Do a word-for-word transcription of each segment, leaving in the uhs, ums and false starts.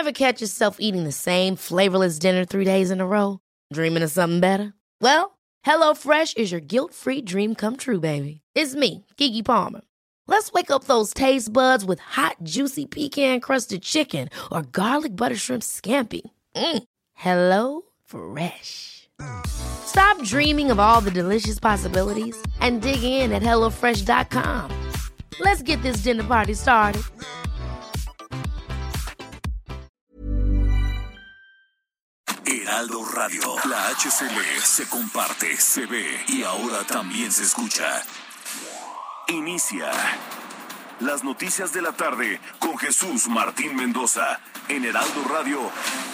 Ever catch yourself eating the same flavorless dinner three days in a row? Dreaming of something better? Well, HelloFresh is your guilt-free dream come true, baby. It's me, Keke Palmer. Let's wake up those taste buds with hot, juicy pecan-crusted chicken or garlic butter shrimp scampi. Mm. Hello Fresh. Stop dreaming of all the delicious possibilities and dig in at hello fresh dot com. Let's get this dinner party started. Heraldo Radio, la H C L se comparte, se ve y ahora también se escucha. Inicia las noticias de la tarde con Jesús Martín Mendoza en Heraldo Radio.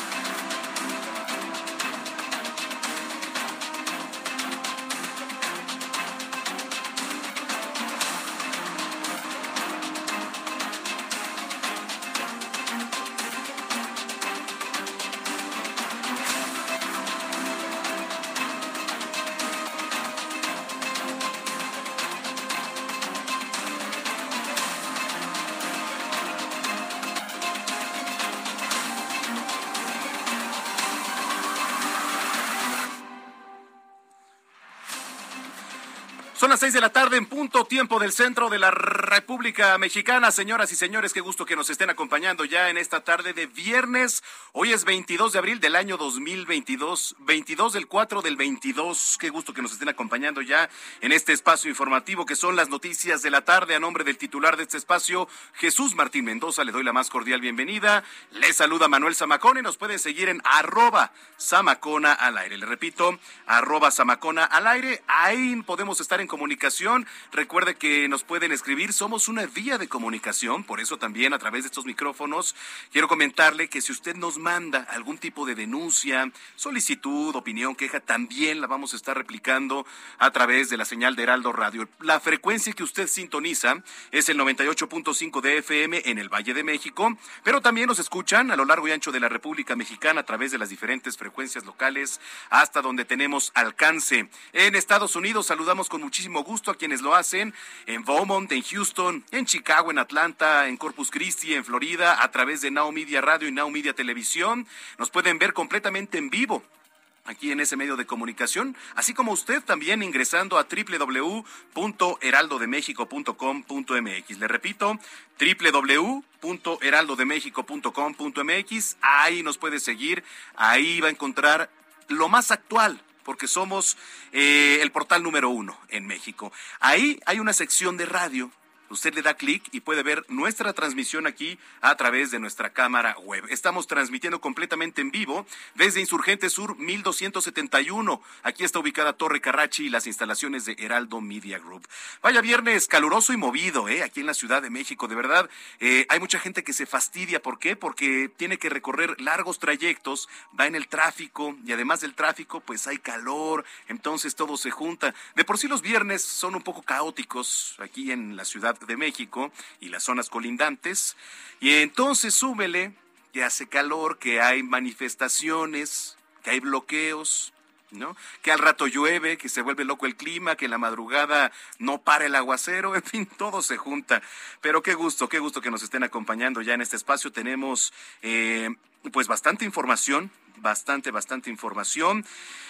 Son las seis de la tarde en punto, tiempo del centro de la República Mexicana. Señoras y señores, qué gusto que nos estén acompañando ya en esta tarde de viernes. Hoy es veintidós de abril del año dos mil veintidós, veintidós del cuatro del veintidós. Qué gusto que nos estén acompañando ya en este espacio informativo que son las noticias de la tarde. A nombre del titular de este espacio, Jesús Martín Mendoza, le doy la más cordial bienvenida. Le saluda Manuel Zamacona y nos pueden seguir en arroba Zamacona al aire. Le repito, arroba Zamacona al aire. Ahí podemos estar en comunicación. Recuerde que nos pueden escribir, somos una vía de comunicación, por eso también a través de estos micrófonos quiero comentarle que si usted nos manda algún tipo de denuncia, solicitud, opinión, queja, también la vamos a estar replicando a través de la señal de Heraldo Radio. La frecuencia que usted sintoniza es el noventa y ocho punto cinco de F M en el Valle de México, pero también nos escuchan a lo largo y ancho de la República Mexicana a través de las diferentes frecuencias locales hasta donde tenemos alcance. En Estados Unidos saludamos con muchísimo gusto a quienes lo hacen en Beaumont, en Houston, en Chicago, en Atlanta, en Corpus Christi, en Florida, a través de Now Media Radio y Now Media Televisión. Nos pueden ver completamente en vivo aquí en ese medio de comunicación, así como usted también ingresando a doble u doble u doble u punto heraldo de méxico punto com punto m x. Le repito, doble u doble u doble u punto heraldo de méxico punto com punto m x. Ahí nos puede seguir, ahí va a encontrar lo más actual, porque somos eh, el portal número uno en México. Ahí hay una sección de radio. Usted le da clic y puede ver nuestra transmisión aquí a través de nuestra cámara web. Estamos transmitiendo completamente en vivo desde Insurgente Sur mil doscientos setenta y uno. Aquí está ubicada Torre Carrachi y las instalaciones de Heraldo Media Group. Vaya viernes caluroso y movido, ¿eh? Aquí en la Ciudad de México. De verdad, eh, hay mucha gente que se fastidia. ¿Por qué? Porque tiene que recorrer largos trayectos, va en el tráfico y además del tráfico, pues hay calor, entonces todo se junta. De por sí los viernes son un poco caóticos aquí en la Ciudad de México y las zonas colindantes, y entonces súmele que hace calor, que hay manifestaciones, que hay bloqueos, ¿no? Que al rato llueve, que se vuelve loco el clima, que en la madrugada no para el aguacero, en fin, todo se junta. Pero qué gusto, qué gusto que nos estén acompañando ya en este espacio. Tenemos eh, pues bastante información, bastante, bastante información.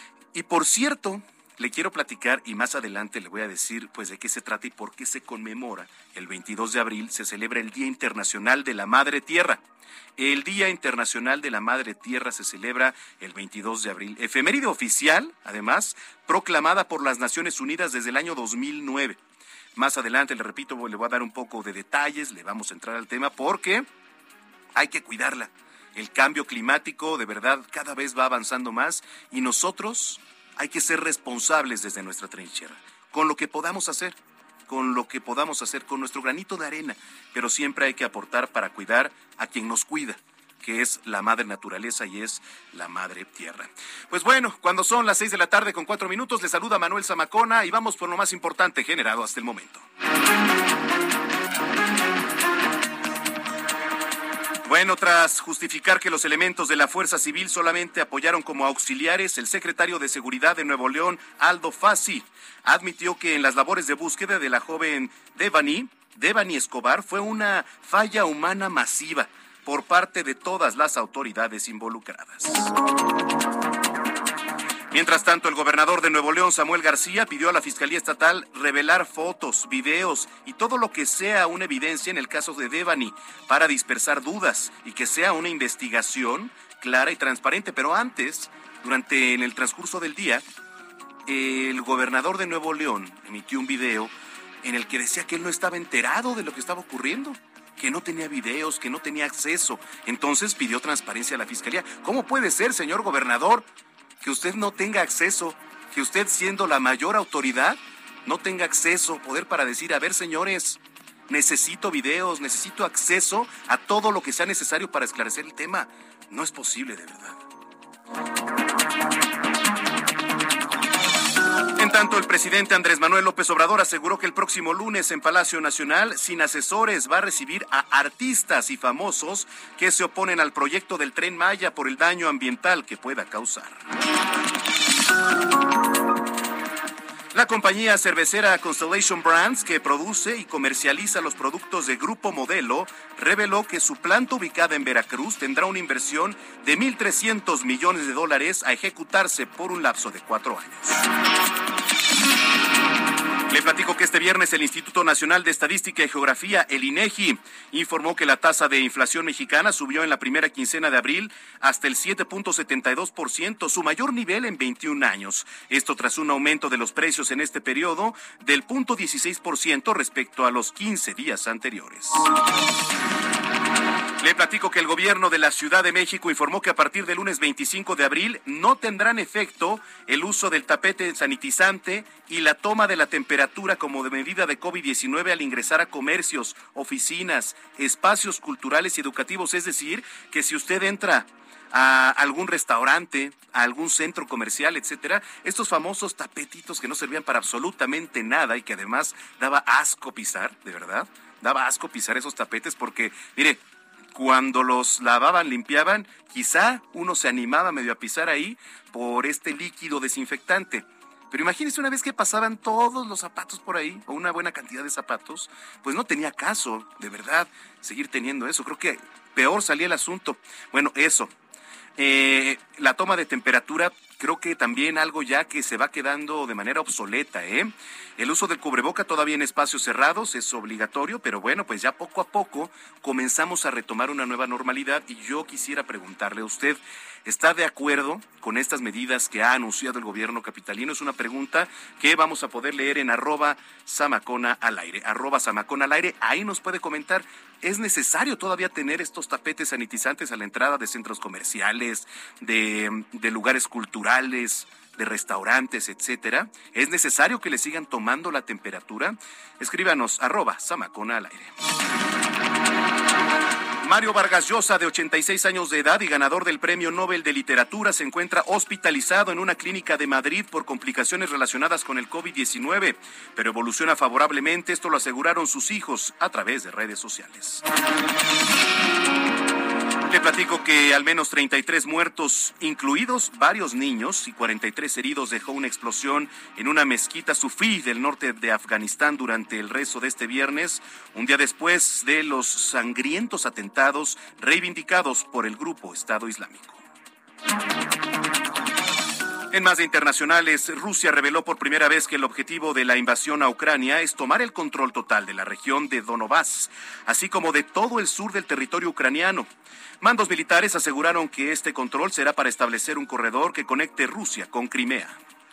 Y por cierto, le quiero platicar y más adelante le voy a decir pues de qué se trata y por qué se conmemora. El veintidós de abril se celebra el Día Internacional de la Madre Tierra. El Día Internacional de la Madre Tierra se celebra el veintidós de abril. Efeméride oficial, además, proclamada por las Naciones Unidas desde el año dos mil nueve. Más adelante, le repito, le voy a dar un poco de detalles, le vamos a entrar al tema porque hay que cuidarla. El cambio climático de verdad cada vez va avanzando más y nosotros hay que ser responsables desde nuestra trinchera, con lo que podamos hacer, con lo que podamos hacer, con nuestro granito de arena, pero siempre hay que aportar para cuidar a quien nos cuida, que es la madre naturaleza y es la madre tierra. Pues bueno, cuando son las seis de la tarde con cuatro minutos, le saluda Manuel Zamacona y vamos por lo más importante generado hasta el momento. Bueno, tras justificar que los elementos de la Fuerza Civil solamente apoyaron como auxiliares, el secretario de Seguridad de Nuevo León, Aldo Fassi, admitió que en las labores de búsqueda de la joven Devani, Devani Escobar, fue una falla humana masiva. por parte de todas las autoridades involucradas. Mientras tanto, el gobernador de Nuevo León, Samuel García, pidió a la Fiscalía Estatal revelar fotos, videos y todo lo que sea una evidencia en el caso de Devani para dispersar dudas y que sea una investigación clara y transparente. Pero antes, durante en el transcurso del día, el gobernador de Nuevo León emitió un video en el que decía que él no estaba enterado de lo que estaba ocurriendo, que no tenía videos, que no tenía acceso. Entonces pidió transparencia a la Fiscalía. ¿Cómo puede ser, señor gobernador, que usted no tenga acceso, que usted siendo la mayor autoridad no tenga acceso, poder para decir, a ver señores, necesito videos, necesito acceso a todo lo que sea necesario para esclarecer el tema? No es posible, de verdad. En tanto, el presidente Andrés Manuel López Obrador aseguró que el próximo lunes en Palacio Nacional, sin asesores, va a recibir a artistas y famosos que se oponen al proyecto del Tren Maya por el daño ambiental que pueda causar. La compañía cervecera Constellation Brands, que produce y comercializa los productos de Grupo Modelo, reveló que su planta ubicada en Veracruz tendrá una inversión de mil trescientos millones de dólares a ejecutarse por un lapso de cuatro años. Le platico que este viernes el Instituto Nacional de Estadística y Geografía, el INEGI, informó que la tasa de inflación mexicana subió en la primera quincena de abril hasta el siete punto setenta y dos por ciento, su mayor nivel en veintiún años. Esto tras un aumento de los precios en este periodo del cero punto dieciséis por ciento respecto a los quince días anteriores. Le platico que el gobierno de la Ciudad de México informó que a partir del lunes veinticinco de abril no tendrán efecto el uso del tapete sanitizante y la toma de la temperatura como de medida de COVID diecinueve al ingresar a comercios, oficinas, espacios culturales y educativos. Es decir, que si usted entra a algún restaurante, a algún centro comercial, etcétera, estos famosos tapetitos que no servían para absolutamente nada y que además daba asco pisar, de verdad, daba asco pisar esos tapetes porque, mire, cuando los lavaban, limpiaban, quizá uno se animaba medio a pisar ahí por este líquido desinfectante. Pero imagínese una vez que pasaban todos los zapatos por ahí, o una buena cantidad de zapatos, pues no tenía caso, de verdad, seguir teniendo eso. Creo que peor salía el asunto. Bueno, eso. Eh, la toma de temperatura, creo que también algo ya que se va quedando de manera obsoleta, ¿eh? El uso del cubreboca todavía en espacios cerrados es obligatorio, pero bueno, pues ya poco a poco comenzamos a retomar una nueva normalidad y yo quisiera preguntarle a usted, ¿está de acuerdo con estas medidas que ha anunciado el gobierno capitalino? Es una pregunta que vamos a poder leer en arroba Zamacona al aire, arroba Zamacona al aire, ahí nos puede comentar. ¿Es necesario todavía tener estos tapetes sanitizantes a la entrada de centros comerciales, de, de lugares culturales, de restaurantes, etcétera? ¿Es necesario que le sigan tomando la temperatura? Escríbanos, arroba Zamacona al aire. Mario Vargas Llosa, de ochenta y seis años de edad y ganador del Premio Nobel de Literatura, se encuentra hospitalizado en una clínica de Madrid por complicaciones relacionadas con el COVID diecinueve, pero evoluciona favorablemente. Esto lo aseguraron sus hijos a través de redes sociales. Le platico que al menos treinta y tres muertos, incluidos varios niños, y cuarenta y tres heridos dejó una explosión en una mezquita sufí del norte de Afganistán durante el rezo de este viernes, un día después de los sangrientos atentados reivindicados por el grupo Estado Islámico. En más de internacionales, Rusia reveló por primera vez que el objetivo de la invasión a Ucrania es tomar el control total de la región de Donbass, así como de todo el sur del territorio ucraniano. Mandos militares aseguraron que este control será para establecer un corredor que conecte Rusia con Crimea.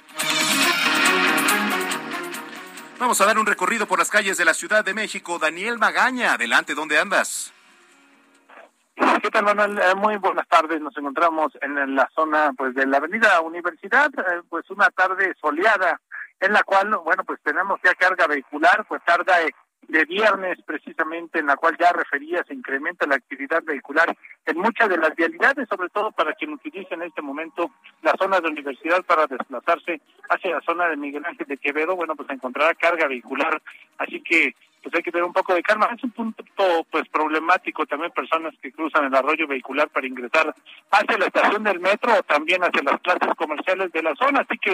Vamos a dar un recorrido por las calles de la Ciudad de México. Daniel Magaña, adelante, ¿dónde andas? ¿Qué tal, Manuel? Eh, muy buenas tardes. Nos encontramos en la zona pues de la Avenida Universidad, eh, pues una tarde soleada en la cual, bueno, pues tenemos ya carga vehicular, pues tarda eh, de viernes precisamente, en la cual ya refería, se incrementa la actividad vehicular en muchas de las vialidades, sobre todo para quien utilice en este momento la zona de Universidad para desplazarse hacia la zona de Miguel Ángel de Quevedo. Bueno, pues encontrará carga vehicular, así que pues hay que tener un poco de calma. Es un punto pues problemático también personas que cruzan el arroyo vehicular para ingresar hacia la estación del metro o también hacia las plazas comerciales de la zona, así que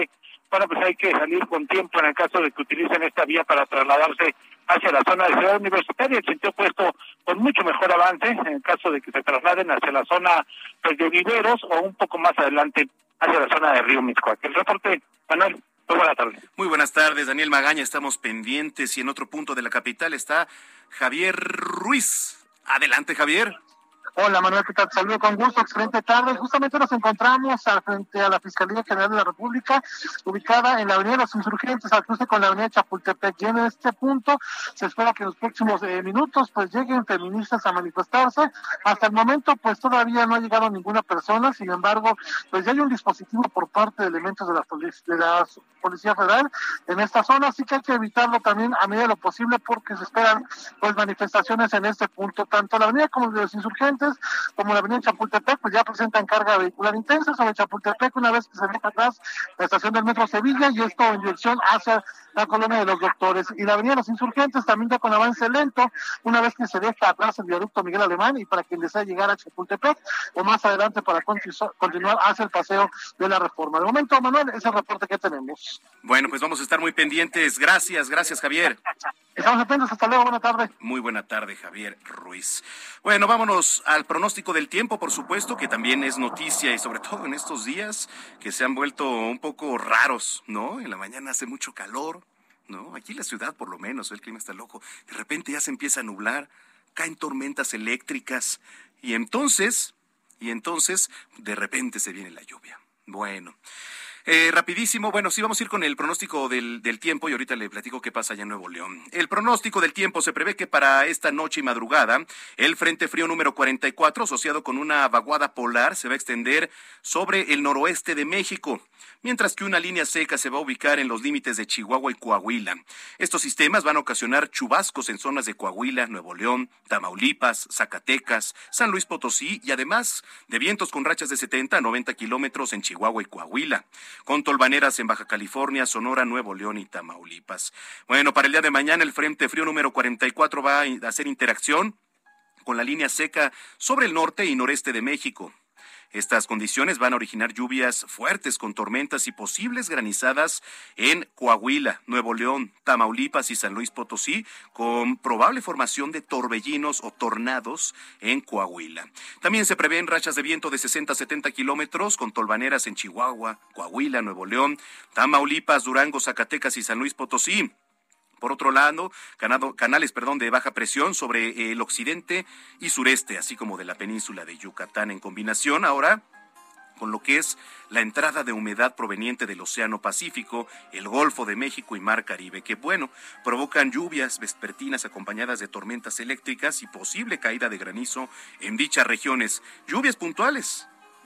bueno, pues hay que salir con tiempo en el caso de que utilicen esta vía para trasladarse hacia la zona de Ciudad Universitaria, el sentido opuesto con mucho mejor avance, en el caso de que se trasladen hacia la zona pues, de Viveros o un poco más adelante hacia la zona de Río Mixcoac. El reporte, Manuel. Muy buenas tardes. Muy buenas tardes, Daniel Magaña, estamos pendientes y en otro punto de la capital está Javier Ruiz. Adelante, Javier. Hola Manuel, ¿qué tal? Saludo con gusto, excelente tarde. Justamente nos encontramos al frente a la Fiscalía General de la República, ubicada en la Avenida de los Insurgentes, al cruce con la Avenida Chapultepec. Y en este punto se espera que en los próximos eh, minutos pues lleguen feministas a manifestarse. Hasta el momento pues todavía no ha llegado ninguna persona, sin embargo pues ya hay un dispositivo por parte de elementos de la, de la Policía Federal en esta zona, así que hay que evitarlo también a medida de lo posible porque se esperan pues manifestaciones en este punto, tanto la Avenida como de los Insurgentes como la avenida Chapultepec, pues ya presentan carga vehicular intensa. Sobre Chapultepec, una vez que se deja atrás la estación del Metro Sevilla, y esto en dirección hacia la colonia de los Doctores. Y la avenida de los Insurgentes también ya con avance lento, una vez que se deja atrás el viaducto Miguel Alemán, y para quien desea llegar a Chapultepec, o más adelante para continuar hacia el paseo de la Reforma. De momento, Manuel, ese es el reporte que tenemos. Bueno, pues vamos a estar muy pendientes. Gracias, gracias, Javier. Estamos atentos, hasta luego, buena tarde. Muy buena tarde, Javier Ruiz. Bueno, vámonos al pronóstico del tiempo, por supuesto, que también es noticia y sobre todo en estos días que se han vuelto un poco raros, ¿no? En la mañana hace mucho calor, ¿no? Aquí en la ciudad, por lo menos, el clima está loco. De repente ya se empieza a nublar, caen tormentas eléctricas y entonces, y entonces, de repente se viene la lluvia. Bueno. Eh, rapidísimo, bueno, sí vamos a ir con el pronóstico del, del tiempo y ahorita le platico qué pasa allá en Nuevo León. El pronóstico del tiempo se prevé que para esta noche y madrugada el frente frío número cuarenta y cuatro, asociado con una vaguada polar, se va a extender sobre el noroeste de México, mientras que una línea seca se va a ubicar en los límites de Chihuahua y Coahuila. Estos sistemas van a ocasionar chubascos en zonas de Coahuila, Nuevo León, Tamaulipas, Zacatecas, San Luis Potosí y además de vientos con rachas de setenta a noventa kilómetros en Chihuahua y Coahuila, con tolvaneras en Baja California, Sonora, Nuevo León y Tamaulipas. Bueno, para el día de mañana el frente frío número cuarenta y cuatro va a hacer interacción con la línea seca sobre el norte y noreste de México. Estas condiciones van a originar lluvias fuertes con tormentas y posibles granizadas en Coahuila, Nuevo León, Tamaulipas y San Luis Potosí, con probable formación de torbellinos o tornados en Coahuila. También se prevén rachas de viento de sesenta a setenta kilómetros con tolvaneras en Chihuahua, Coahuila, Nuevo León, Tamaulipas, Durango, Zacatecas y San Luis Potosí. Por otro lado, canado, canales perdón, de baja presión sobre el occidente y sureste, así como de la península de Yucatán, en combinación ahora con lo que es la entrada de humedad proveniente del Océano Pacífico, el Golfo de México y Mar Caribe, que, bueno, provocan lluvias vespertinas acompañadas de tormentas eléctricas y posible caída de granizo en dichas regiones. Lluvias puntuales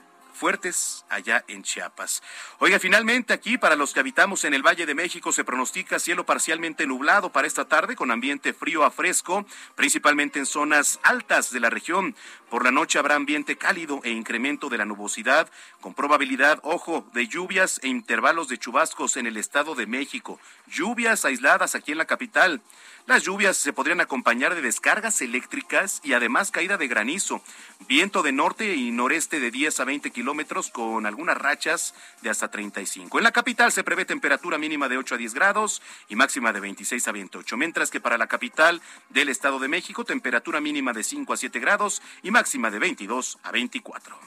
fuertes allá en Chiapas. Oiga, finalmente aquí para los que habitamos en el Valle de México se pronostica cielo parcialmente nublado para esta tarde con ambiente frío a fresco, principalmente en zonas altas de la región. Por la noche habrá ambiente cálido e incremento de la nubosidad con probabilidad, ojo, de lluvias e intervalos de chubascos en el Estado de México. Lluvias aisladas aquí en la capital. Las lluvias se podrían acompañar de descargas eléctricas y además caída de granizo. Viento de norte y noreste de diez a veinte kilómetros con algunas rachas de hasta treinta y cinco. En la capital se prevé temperatura mínima de ocho a diez grados y máxima de veintiséis a veintiocho. Mientras que para la capital del Estado de México, temperatura mínima de cinco a siete grados y máxima de veintidós a veinticuatro.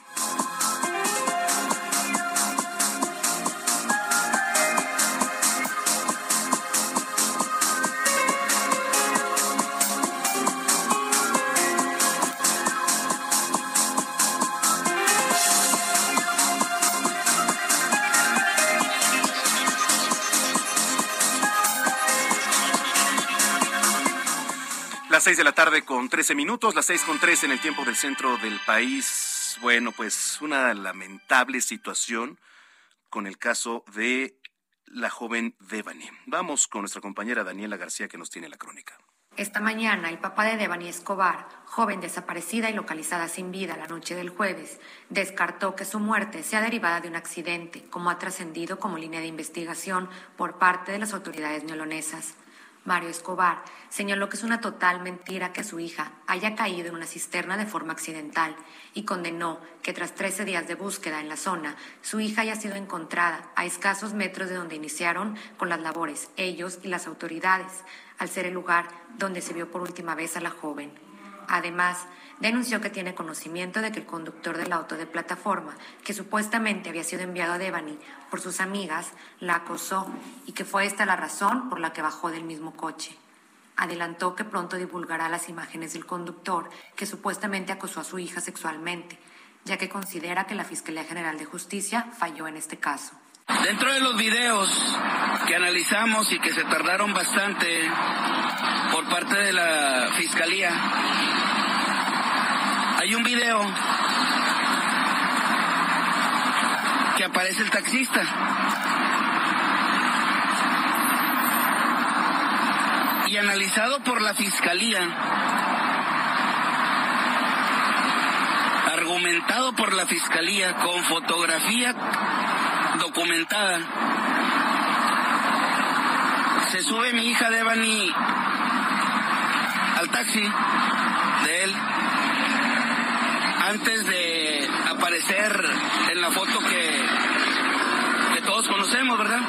Las seis de la tarde con trece minutos, las seis con trece en el tiempo del centro del país. Bueno, pues una lamentable situación con el caso de la joven Devani. Vamos con nuestra compañera Daniela García que nos tiene la crónica. Esta mañana, el papá de Devani Escobar, joven desaparecida y localizada sin vida la noche del jueves, descartó que su muerte sea derivada de un accidente, como ha trascendido como línea de investigación por parte de las autoridades neolonesas. Mario Escobar, señaló que es una total mentira que su hija haya caído en una cisterna de forma accidental y condenó que tras trece días de búsqueda en la zona, su hija haya sido encontrada a escasos metros de donde iniciaron con las labores ellos y las autoridades, al ser el lugar donde se vio por última vez a la joven. Además, denunció que tiene conocimiento de que el conductor del auto de plataforma, que supuestamente había sido enviado a Devani por sus amigas, la acosó y que fue esta la razón por la que bajó del mismo coche. Adelantó que pronto divulgará las imágenes del conductor que supuestamente acosó a su hija sexualmente, ya que considera que la Fiscalía General de Justicia falló en este caso. Dentro de los videos que analizamos y que se tardaron bastante por parte de la Fiscalía, hay un video que aparece el taxista. Y analizado por la Fiscalía, argumentado por la Fiscalía con fotografía documentada, se sube mi hija Devani al taxi de él antes de aparecer en la foto que, que todos conocemos, ¿verdad?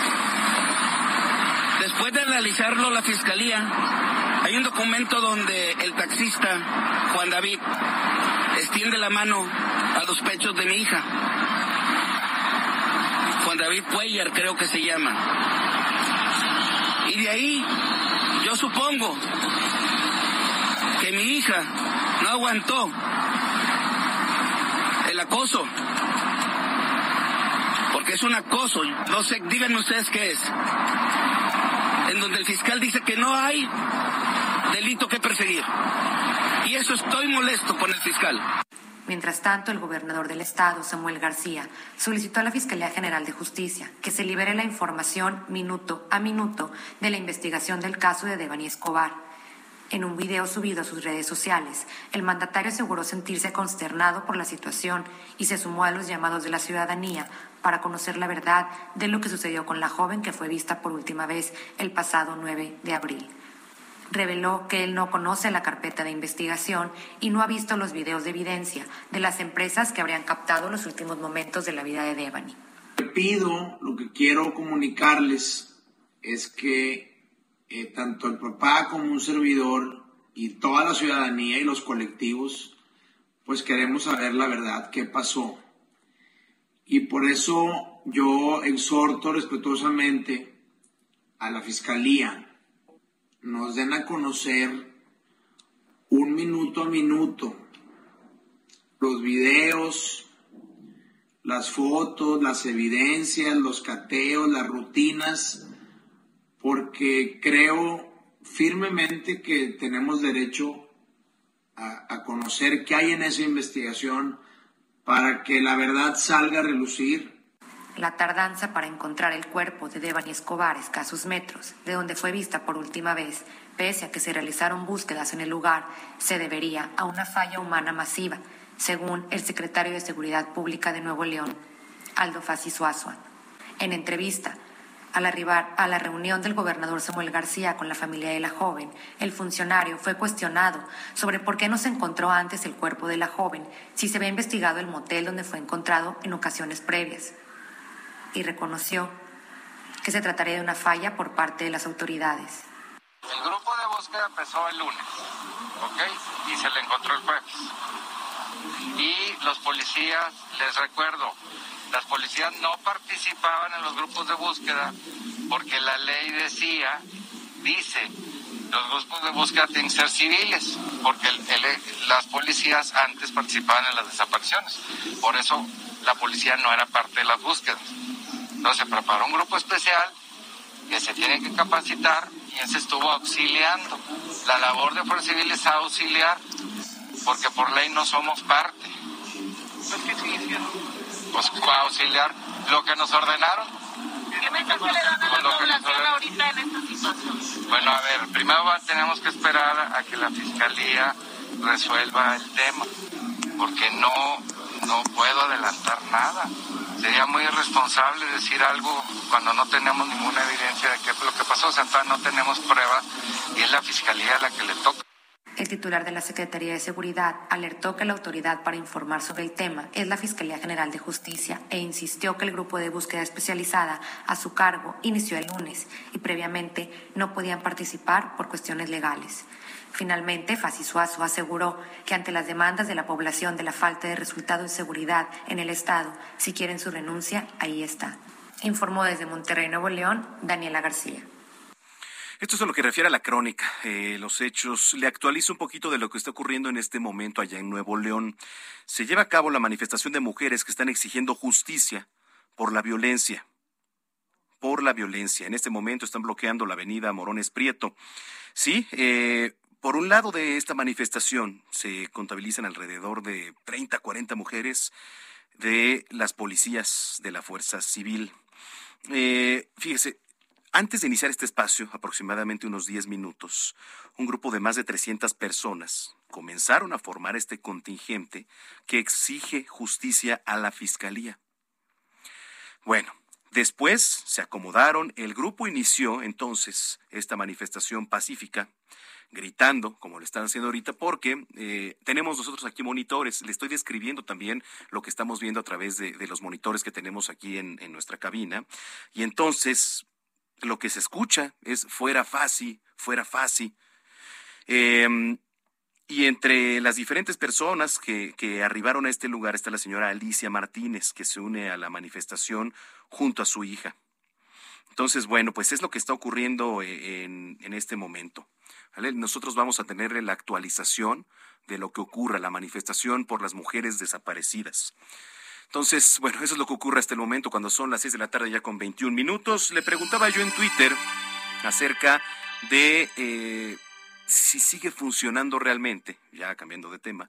Después de analizarlo la Fiscalía, hay un documento donde el taxista, Juan David, extiende la mano a los pechos de mi hija. Juan David Cuellar, creo que se llama. Y de ahí, yo supongo que mi hija no aguantó el acoso, porque es un acoso, no sé, díganme ustedes qué es, en donde el fiscal dice que no hay delito que perseguir. Y eso estoy molesto con el fiscal. Mientras tanto, el gobernador del estado, Samuel García, solicitó a la Fiscalía General de Justicia que se libere la información minuto a minuto de la investigación del caso de Devani Escobar. En un video subido a sus redes sociales, el mandatario aseguró sentirse consternado por la situación y se sumó a los llamados de la ciudadanía para conocer la verdad de lo que sucedió con la joven que fue vista por última vez el pasado nueve de abril. Reveló que él no conoce la carpeta de investigación y no ha visto los videos de evidencia de las empresas que habrían captado los últimos momentos de la vida de Devani. Lo que pido, lo que quiero comunicarles es que eh, tanto el papá como un servidor y toda la ciudadanía y los colectivos, pues queremos saber la verdad, qué pasó. Y por eso yo exhorto respetuosamente a la Fiscalía nos den a conocer un minuto a minuto los videos, las fotos, las evidencias, los cateos, las rutinas, porque creo firmemente que tenemos derecho a, a conocer qué hay en esa investigación para que la verdad salga a relucir. La tardanza para encontrar el cuerpo de Devani Escobar a escasos metros de donde fue vista por última vez, pese a que se realizaron búsquedas en el lugar, se debería a una falla humana masiva, según el secretario de Seguridad Pública de Nuevo León, Aldo Fassi Suazua. En entrevista, al arribar a la reunión del gobernador Samuel García con la familia de la joven, el funcionario fue cuestionado sobre por qué no se encontró antes el cuerpo de la joven si se había investigado el motel donde fue encontrado en ocasiones previas, y reconoció que se trataría de una falla por parte de las autoridades. El grupo de búsqueda empezó el lunes, ¿ok? Y se le encontró el jueves. Y los policías, les recuerdo, las policías no participaban en los grupos de búsqueda porque la ley decía, dice, los grupos de búsqueda tienen que ser civiles, porque el, el, las policías antes participaban en las desapariciones. Por eso la policía no era parte de las búsquedas. Entonces se preparó un grupo especial que se tiene que capacitar y ese estuvo auxiliando. La labor de Fuerza Civil es auxiliar, porque por ley no somos parte. ¿Qué hicieron? Pues auxiliar lo que nos ordenaron. ¿Qué mensaje le dan a la población ahorita en esta situación? Bueno, a ver, primero tenemos que esperar a que la Fiscalía resuelva el tema, porque no, no puedo adelantar nada. Sería muy irresponsable decir algo cuando no tenemos ninguna evidencia de qué es lo que pasó. O sea, no tenemos pruebas y es la Fiscalía la que le toca. El titular de la Secretaría de Seguridad alertó que la autoridad para informar sobre el tema es la Fiscalía General de Justicia e insistió que el grupo de búsqueda especializada a su cargo inició el lunes y previamente no podían participar por cuestiones legales. Finalmente, Fassi Suazo aseguró que ante las demandas de la población de la falta de resultado en seguridad en el Estado, si quieren su renuncia, ahí está. Informó desde Monterrey, Nuevo León, Daniela García. Esto es a lo que refiere a la crónica, eh, los hechos. Le actualizo un poquito de lo que está ocurriendo en este momento allá en Nuevo León. Se lleva a cabo la manifestación de mujeres que están exigiendo justicia por la violencia. Por la violencia. En este momento están bloqueando la avenida Morones Prieto. Sí, eh, por un lado de esta manifestación se contabilizan alrededor de treinta, cuarenta mujeres de las policías de la Fuerza Civil. Eh, fíjese. Antes de iniciar este espacio, aproximadamente unos diez minutos, un grupo de más de trescientas personas comenzaron a formar este contingente que exige justicia a la Fiscalía. Bueno, después se acomodaron, el grupo inició entonces esta manifestación pacífica, gritando, como lo están haciendo ahorita, porque eh, tenemos nosotros aquí monitores. Le estoy describiendo también lo que estamos viendo a través de, de los monitores que tenemos aquí en, en nuestra cabina. Y entonces lo que se escucha es fuera Fassi, fuera Fassi. Eh, y entre las diferentes personas que, que arribaron a este lugar está la señora Alicia Martínez, que se une a la manifestación junto a su hija. Entonces, bueno, pues es lo que está ocurriendo en, en este momento, ¿vale? Nosotros vamos a tener la actualización de lo que ocurra, la manifestación por las mujeres desaparecidas. Entonces, bueno, eso es lo que ocurre hasta el momento cuando son las seis de la tarde ya con veintiún minutos. Le preguntaba yo en Twitter acerca de eh, si sigue funcionando realmente, ya cambiando de tema,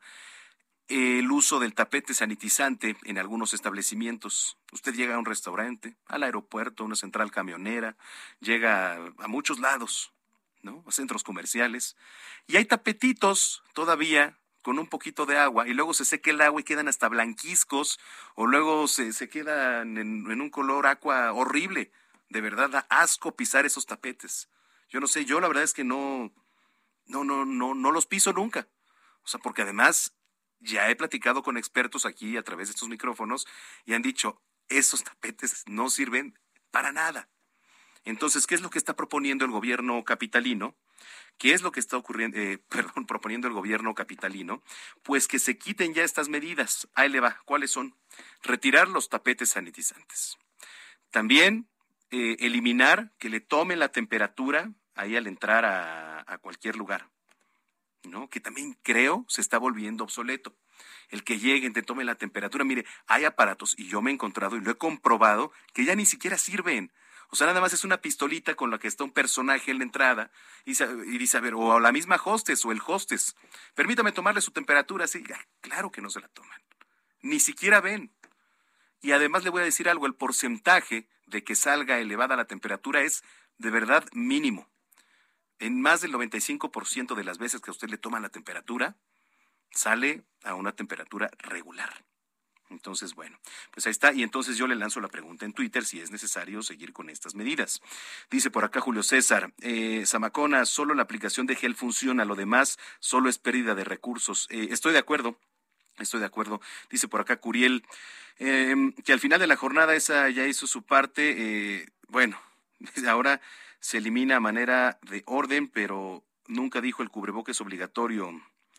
el uso del tapete sanitizante en algunos establecimientos. Usted llega a un restaurante, al aeropuerto, a una central camionera, llega a, a muchos lados, ¿no? A centros comerciales, y hay tapetitos todavía con un poquito de agua, y luego se seca el agua y quedan hasta blanquizcos, o luego se, se quedan en, en un color aqua horrible. De verdad da asco pisar esos tapetes. Yo no sé, yo la verdad es que no, no, no, no, no los piso nunca. O sea, porque además ya he platicado con expertos aquí a través de estos micrófonos y han dicho, esos tapetes no sirven para nada. Entonces, ¿qué es lo que está proponiendo el gobierno capitalino? ¿Qué es lo que está ocurriendo, eh, perdón, proponiendo el gobierno capitalino? Pues que se quiten ya estas medidas. Ahí le va. ¿Cuáles son? Retirar los tapetes sanitizantes. También eh, eliminar que le tomen la temperatura ahí al entrar a, a cualquier lugar, ¿no? Que también creo se está volviendo obsoleto. El que lleguen, te tomen la temperatura. Mire, hay aparatos, y yo me he encontrado y lo he comprobado, que ya ni siquiera sirven. O sea, nada más es una pistolita con la que está un personaje en la entrada y, y dice, a ver, o la misma hostess o el hostess, permítame tomarle su temperatura. Sí, claro que no se la toman. Ni siquiera ven. Y además le voy a decir algo, el porcentaje de que salga elevada la temperatura es de verdad mínimo. En más del noventa y cinco por ciento de las veces que a usted le toman la temperatura, sale a una temperatura regular. Entonces, bueno, pues ahí está. Y entonces yo le lanzo la pregunta en Twitter si es necesario seguir con estas medidas. Dice por acá Julio César, eh, Zamacona, solo la aplicación de gel funciona, lo demás solo es pérdida de recursos. Eh, estoy de acuerdo, estoy de acuerdo. Dice por acá Curiel, eh, que al final de la jornada esa ya hizo su parte. Eh, bueno, ahora se elimina a manera de orden, pero nunca dijo el cubrebocas obligatorio.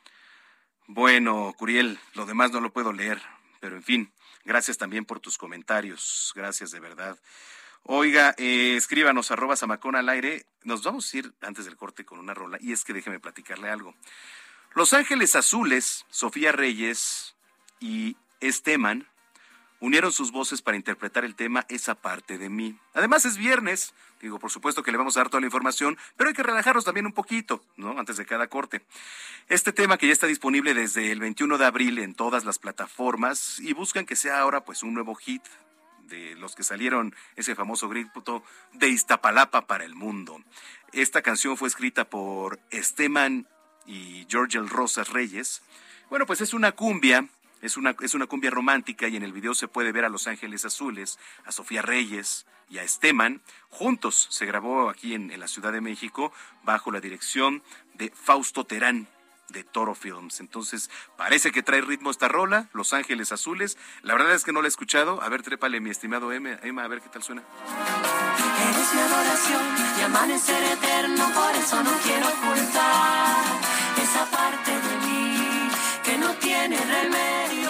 Bueno, Curiel, lo demás no lo puedo leer. Pero en fin, gracias también por tus comentarios, gracias de verdad. Oiga, eh, escríbanos, arroba Zamacona al aire. Nos vamos a ir antes del corte con una rola, y es que déjeme platicarle algo. Los Ángeles Azules, Sofía Reyes y Esteman unieron sus voces para interpretar el tema Esa parte de mí. Además es viernes, digo, por supuesto que le vamos a dar toda la información, pero hay que relajarnos también un poquito, ¿no? Antes de cada corte. Este tema que ya está disponible desde el veintiuno de abril en todas las plataformas y buscan que sea ahora pues un nuevo hit de los que salieron ese famoso grito de Iztapalapa para el mundo. Esta canción fue escrita por Esteman y George El Rosas Reyes. Bueno, pues es una cumbia Es una, es una cumbia romántica y en el video se puede ver a Los Ángeles Azules, a Sofía Reyes y a Esteban. Juntos se grabó aquí en, en la Ciudad de México bajo la dirección de Fausto Terán de Toro Films. Entonces parece que trae ritmo esta rola, Los Ángeles Azules. La verdad es que no la he escuchado. A ver, trépale, mi estimado Emma, Emma, a ver qué tal suena. Eres mi adoración, mi amanecer eterno, por eso no quiero ocultar esa parte de mí que no tiene remedio.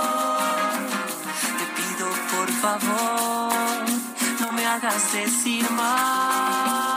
Te pido por favor, no me hagas decir más.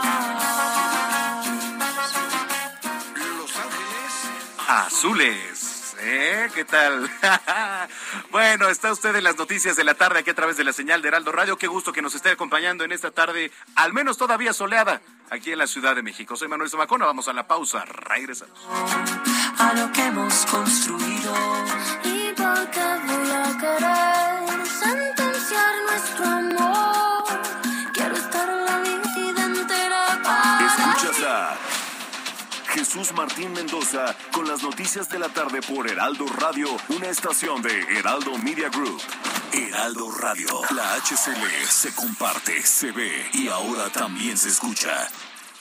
Los Ángeles Azules, ¿eh? ¿Qué tal? Bueno, está usted en las noticias de la tarde aquí a través de la señal de Heraldo Radio. Qué gusto que nos esté acompañando en esta tarde, al menos todavía soleada, aquí en la Ciudad de México. Soy Manuel Zamacona, vamos a la pausa, regresamos. A lo que hemos construido. ¿Y por qué voy a querer sentenciar nuestro amor? Quiero estar la vida entera para Escuchas a Jesús Martín Mendoza con las noticias de la tarde por Heraldo Radio, una estación de Heraldo Media Group. Heraldo Radio, la H C L se comparte, se ve y ahora también se escucha.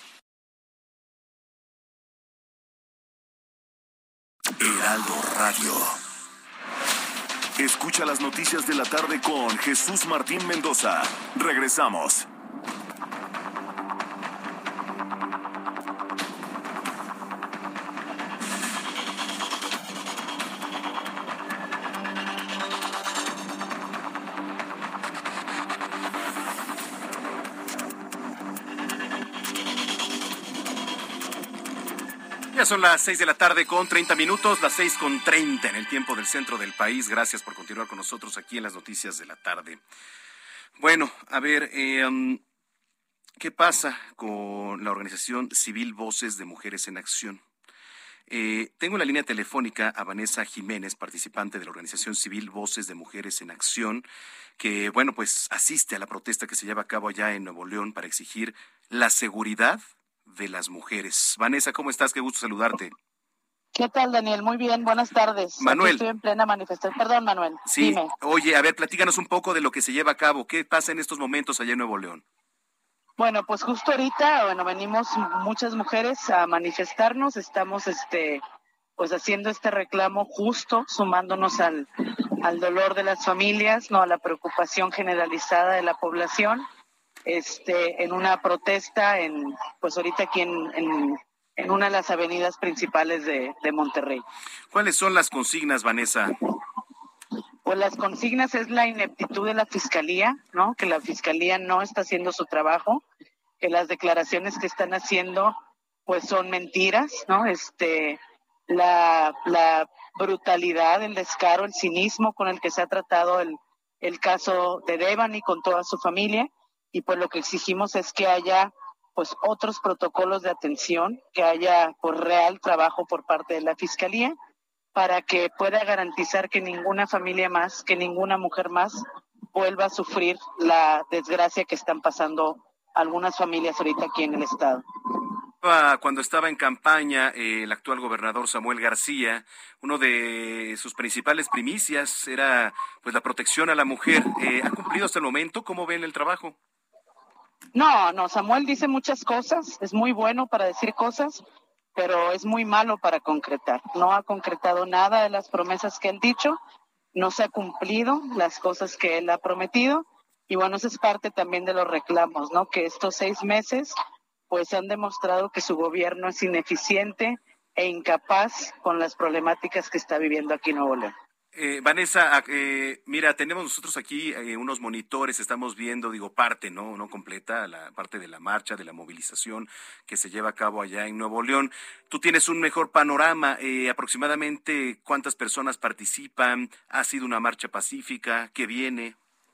Heraldo Radio. Escucha las noticias de la tarde con Jesús Martín Mendoza. Regresamos. Ya son las seis de la tarde con treinta minutos, las seis con treinta en el tiempo del centro del país. Gracias por continuar con nosotros aquí en las noticias de la tarde. Bueno, a ver, eh, um, ¿qué pasa con la organización civil Voces de Mujeres en Acción? Eh, tengo en la línea telefónica a Vanessa Jiménez, participante de la organización civil Voces de Mujeres en Acción, que, bueno, pues asiste a la protesta que se lleva a cabo allá en Nuevo León para exigir la seguridad de las mujeres. Vanessa, ¿cómo estás? Qué gusto saludarte. ¿Qué tal, Daniel? Muy bien, buenas tardes. Manuel. Aquí estoy en plena manifestación. Perdón, Manuel. Sí, dime. Oye, a ver, platícanos un poco de lo que se lleva a cabo. ¿Qué pasa en estos momentos allá en Nuevo León? Bueno, pues justo ahorita, bueno, venimos muchas mujeres a manifestarnos. Estamos, este, pues haciendo este reclamo justo, sumándonos al, al dolor de las familias, no a la preocupación generalizada de la población. Este, en una protesta, en, pues ahorita aquí en, en, en una de las avenidas principales de, de Monterrey. ¿Cuáles son las consignas, Vanessa? Pues las consignas es la ineptitud de la Fiscalía, ¿no? Que la Fiscalía no está haciendo su trabajo, que las declaraciones que están haciendo, pues son mentiras, ¿no? Este, la, la brutalidad, el descaro, el cinismo con el que se ha tratado el, el caso de Devani con toda su familia. Y pues lo que exigimos es que haya pues otros protocolos de atención, que haya pues real trabajo por parte de la Fiscalía para que pueda garantizar que ninguna familia más, que ninguna mujer más vuelva a sufrir la desgracia que están pasando algunas familias ahorita aquí en el estado. Cuando estaba en campaña eh, el actual gobernador Samuel García, uno de sus principales primicias era pues la protección a la mujer. Eh, ¿Ha cumplido hasta el momento? ¿Cómo ven el trabajo? No, no, Samuel dice muchas cosas, es muy bueno para decir cosas, pero es muy malo para concretar. No ha concretado nada de las promesas que él ha dicho, no se ha cumplido las cosas que él ha prometido, y bueno, eso es parte también de los reclamos, ¿no? Que estos seis meses pues han demostrado que su gobierno es ineficiente e incapaz con las problemáticas que está viviendo aquí en Nuevo León. Eh, Vanessa, eh, mira, tenemos nosotros aquí eh, unos monitores, estamos viendo, digo, parte, ¿no? No completa, la parte de la marcha, de la movilización que se lleva a cabo allá en Nuevo León. Tú tienes un mejor panorama, eh, aproximadamente cuántas personas participan, ha sido una marcha pacífica, ¿qué viene?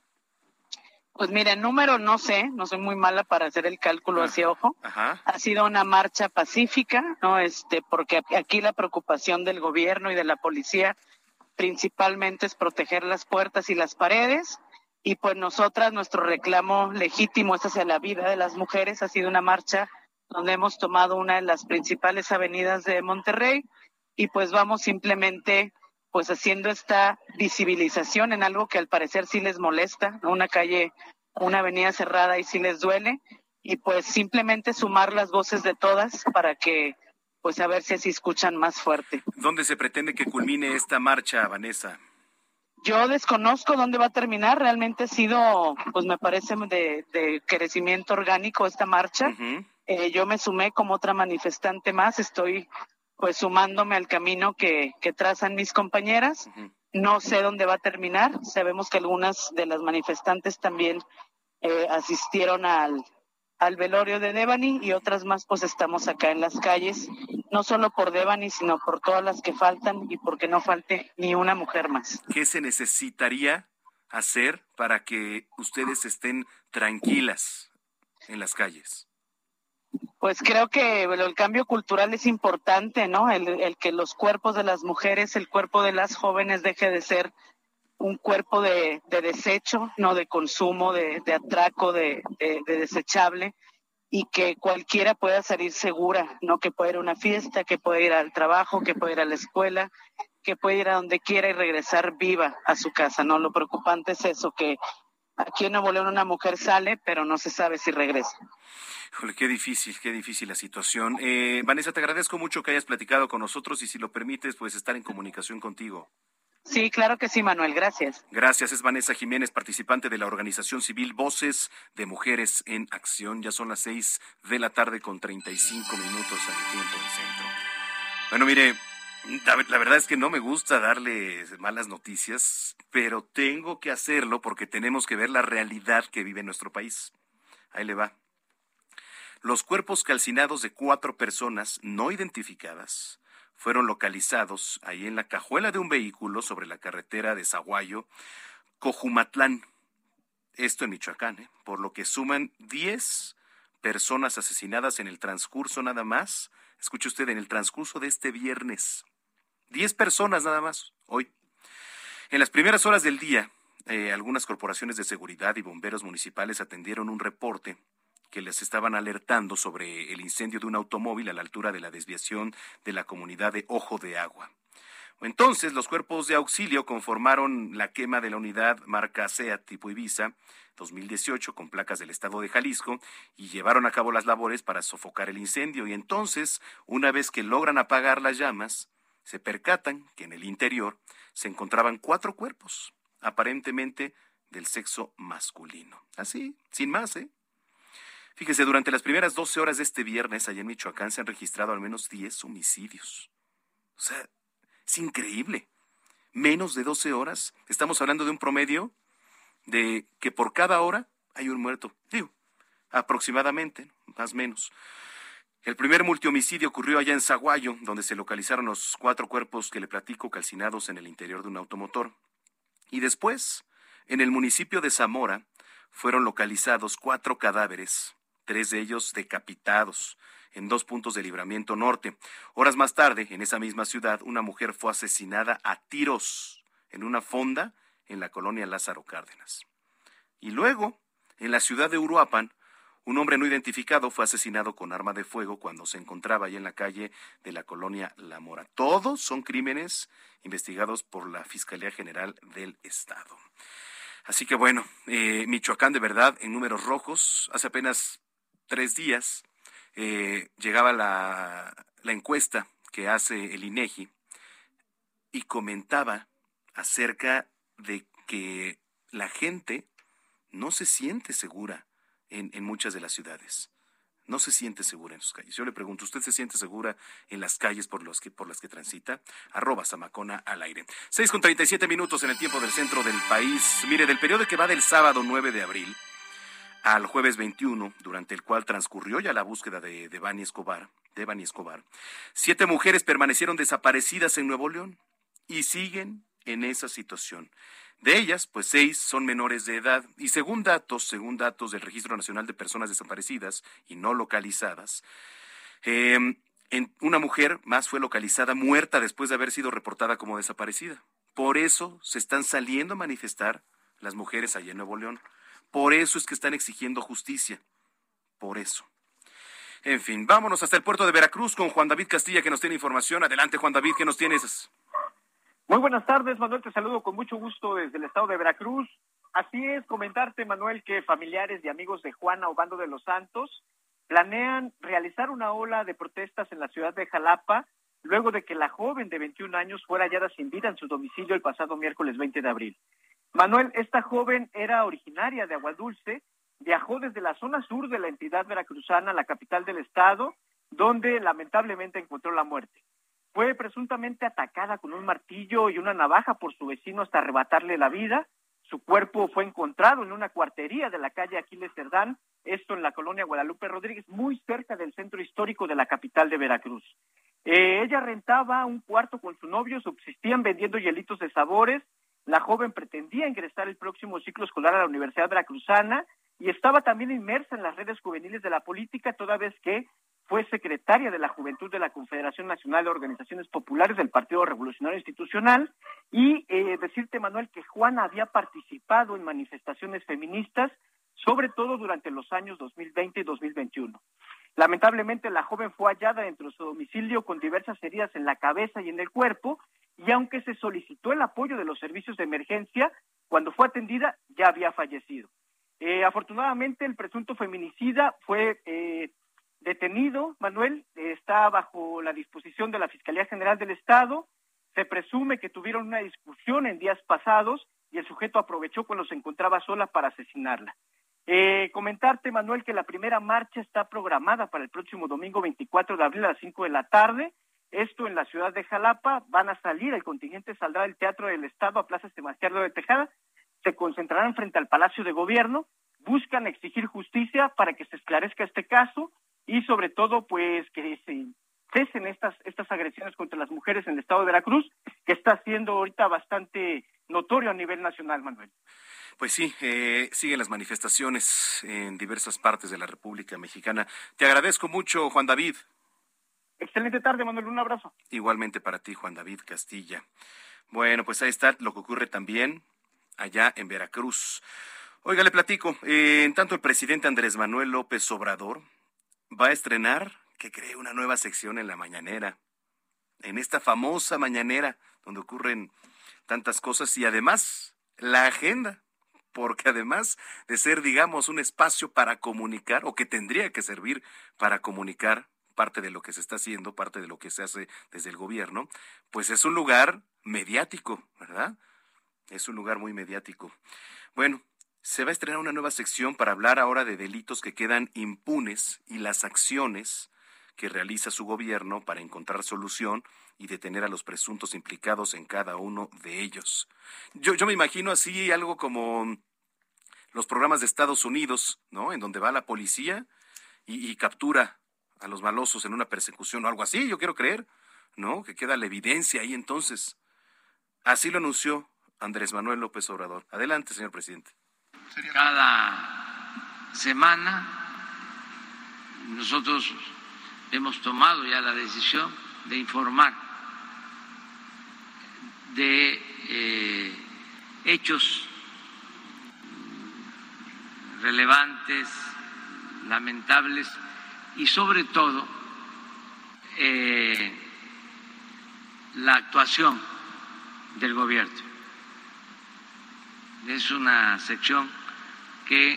Pues mira, en número no sé, no soy muy mala para hacer el cálculo hacia ojo. Ajá. Ha sido una marcha pacífica, ¿no? Este, porque aquí la preocupación del gobierno y de la policía principalmente es proteger las puertas y las paredes, y pues nosotras, nuestro reclamo legítimo es hacia la vida de las mujeres. Ha sido una marcha donde hemos tomado una de las principales avenidas de Monterrey, y pues vamos simplemente pues haciendo esta visibilización en algo que al parecer sí les molesta, ¿no? Una calle, una avenida cerrada y sí les duele, y pues simplemente sumar las voces de todas para que, pues a ver si así escuchan más fuerte. ¿Dónde se pretende que culmine esta marcha, Vanessa? Yo desconozco dónde va a terminar, realmente ha sido, pues me parece de, de crecimiento orgánico esta marcha. Uh-huh. Eh, yo me sumé como otra manifestante más, estoy pues sumándome al camino que, que trazan mis compañeras. Uh-huh. No sé dónde va a terminar, sabemos que algunas de las manifestantes también eh, asistieron al, al velorio de Devani y otras más pues estamos acá en las calles, no solo por Devani, sino por todas las que faltan y porque no falte ni una mujer más. ¿Qué se necesitaría hacer para que ustedes estén tranquilas en las calles? Pues creo que bueno, el cambio cultural es importante, ¿no? El, el que los cuerpos de las mujeres, el cuerpo de las jóvenes deje de ser un cuerpo de, de desecho, no de consumo, de, de atraco, de, de, de desechable, y que cualquiera pueda salir segura, ¿no? Que pueda ir a una fiesta, que pueda ir al trabajo, que pueda ir a la escuela, que pueda ir a donde quiera y regresar viva a su casa, ¿no? Lo preocupante es eso, que aquí en Nuevo León una mujer sale, pero no se sabe si regresa. Híjole, qué difícil, qué difícil la situación. Eh, Vanessa, te agradezco mucho que hayas platicado con nosotros y si lo permites, pues estar en comunicación contigo. Sí, claro que sí, Manuel, gracias. Gracias, es Vanessa Jiménez, participante de la organización civil Voces de Mujeres en Acción. Ya son las seis de la tarde con treinta y cinco minutos en el tiempo del centro. Bueno, mire, la, la verdad es que no me gusta darle malas noticias, pero tengo que hacerlo porque tenemos que ver la realidad que vive nuestro país. Ahí le va. Los cuerpos calcinados de cuatro personas no identificadas fueron localizados ahí en la cajuela de un vehículo sobre la carretera de Zaguayo, Cojumatlán, esto en Michoacán, ¿eh? Por lo que suman diez personas asesinadas en el transcurso nada más, escuche usted, en el transcurso de este viernes, diez personas nada más, hoy. En las primeras horas del día, eh, algunas corporaciones de seguridad y bomberos municipales atendieron un reporte que les estaban alertando sobre el incendio de un automóvil a la altura de la desviación de la comunidad de Ojo de Agua. Entonces, los cuerpos de auxilio conformaron la quema de la unidad marca SEAT tipo Ibiza dos mil dieciocho con placas del estado de Jalisco y llevaron a cabo las labores para sofocar el incendio. Y entonces, una vez que logran apagar las llamas, se percatan que en el interior se encontraban cuatro cuerpos, aparentemente del sexo masculino. Así, sin más, ¿eh? Fíjese, durante las primeras doce horas de este viernes, allá en Michoacán, se han registrado al menos diez homicidios. O sea, es increíble. Menos de doce horas. Estamos hablando de un promedio de que por cada hora hay un muerto. Digo, aproximadamente, más o menos. El primer multihomicidio ocurrió allá en Zaguayo, donde se localizaron los cuatro cuerpos que le platico calcinados en el interior de un automotor. Y después, en el municipio de Zamora, fueron localizados cuatro cadáveres, tres de ellos decapitados, en dos puntos de Libramiento Norte. Horas más tarde, en esa misma ciudad, una mujer fue asesinada a tiros en una fonda en la colonia Lázaro Cárdenas. Y luego, en la ciudad de Uruapan, un hombre no identificado fue asesinado con arma de fuego cuando se encontraba ahí en la calle de la colonia La Mora. Todos son crímenes investigados por la Fiscalía General del Estado. Así que bueno, eh, Michoacán de verdad en números rojos. Hace apenas tres días eh, llegaba la, la encuesta que hace el INEGI y comentaba acerca de que la gente no se siente segura en, en muchas de las ciudades. No se siente segura en sus calles. Yo le pregunto, ¿usted se siente segura en las calles por, los que, por las que transita? Arroba Zamacona al aire. seis con treinta y siete minutos en el tiempo del centro del país. Mire, del periodo que va del sábado nueve de abril al jueves veintiuno, durante el cual transcurrió ya la búsqueda de Devani Escobar, Devani Escobar, siete mujeres permanecieron desaparecidas en Nuevo León y siguen en esa situación. De ellas, pues seis son menores de edad y según datos, según datos del Registro Nacional de Personas Desaparecidas y no localizadas, eh, en una mujer más fue localizada muerta después de haber sido reportada como desaparecida. Por eso se están saliendo a manifestar las mujeres allá en Nuevo León. Por eso es que están exigiendo justicia. Por eso. En fin, vámonos hasta el puerto de Veracruz con Juan David Castilla que nos tiene información. Adelante, Juan David, ¿qué nos tienes? Muy buenas tardes, Manuel, te saludo con mucho gusto desde el estado de Veracruz. Así es, comentarte, Manuel, que familiares y amigos de Juana Obando de los Santos planean realizar una ola de protestas en la ciudad de Jalapa, luego de que la joven de veintiún años fuera hallada sin vida en su domicilio el pasado miércoles veinte de abril. Manuel, esta joven era originaria de Aguadulce, viajó desde la zona sur de la entidad veracruzana a la capital del estado, donde lamentablemente encontró la muerte. Fue presuntamente atacada con un martillo y una navaja por su vecino hasta arrebatarle la vida. Su cuerpo fue encontrado en una cuartería de la calle Aquiles Cerdán, esto en la colonia Guadalupe Rodríguez, muy cerca del centro histórico de la capital de Veracruz. Eh, ella rentaba un cuarto con su novio, subsistían vendiendo hielitos de sabores. La joven pretendía ingresar el próximo ciclo escolar a la Universidad Veracruzana y estaba también inmersa en las redes juveniles de la política, toda vez que fue secretaria de la Juventud de la Confederación Nacional de Organizaciones Populares del Partido Revolucionario Institucional, y eh, decirte, Manuel, que Juana había participado en manifestaciones feministas, sobre todo durante los años dos mil veinte y dos mil veintiuno. Lamentablemente, la joven fue hallada dentro de su domicilio con diversas heridas en la cabeza y en el cuerpo, y aunque se solicitó el apoyo de los servicios de emergencia, cuando fue atendida ya había fallecido. Eh, afortunadamente, el presunto feminicida fue eh, detenido, Manuel, eh, está bajo la disposición de la Fiscalía General del Estado. Se presume que tuvieron una discusión en días pasados y el sujeto aprovechó cuando se encontraba sola para asesinarla. Eh, comentarte, Manuel, que la primera marcha está programada para el próximo domingo veinticuatro de abril a las cinco de la tarde, esto en la ciudad de Jalapa. Van a salir, el contingente saldrá del Teatro del Estado a Plaza Sebastián de Tejada, se concentrarán frente al Palacio de Gobierno, buscan exigir justicia para que se esclarezca este caso y sobre todo pues que se cesen estas estas agresiones contra las mujeres en el estado de Veracruz, que está siendo ahorita bastante notorio a nivel nacional, Manuel. Pues sí, eh, siguen las manifestaciones en diversas partes de la República Mexicana. Te agradezco mucho, Juan David. Excelente tarde, Manuel, un abrazo. Igualmente para ti, Juan David Castilla. Bueno, pues ahí está lo que ocurre también allá en Veracruz. Oiga, le platico, eh, en tanto el presidente Andrés Manuel López Obrador va a estrenar, ¿qué cree? Una nueva sección en la mañanera, en esta famosa mañanera donde ocurren tantas cosas y además la agenda, porque además de ser, digamos, un espacio para comunicar, o que tendría que servir para comunicar parte de lo que se está haciendo, parte de lo que se hace desde el gobierno, pues es un lugar mediático, ¿verdad? Es un lugar muy mediático. Bueno, se va a estrenar una nueva sección para hablar ahora de delitos que quedan impunes y las acciones que realiza su gobierno para encontrar solución y detener a los presuntos implicados en cada uno de ellos. Yo, yo me imagino así algo como los programas de Estados Unidos, ¿no? En donde va la policía y, y captura a los malosos en una persecución o algo así, yo quiero creer, ¿no? Que queda la evidencia ahí entonces. Así lo anunció Andrés Manuel López Obrador. Adelante, señor presidente. Cada semana nosotros hemos tomado ya la decisión de informar de eh, hechos relevantes, lamentables y sobre todo eh, la actuación del gobierno. Es una sección que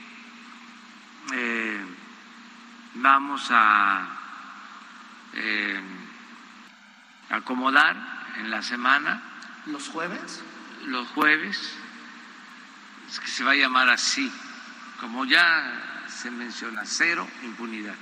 eh, vamos a eh, acomodar en la semana. ¿Los jueves? Los jueves, es que se va a llamar así, como ya se menciona, cero impunidad.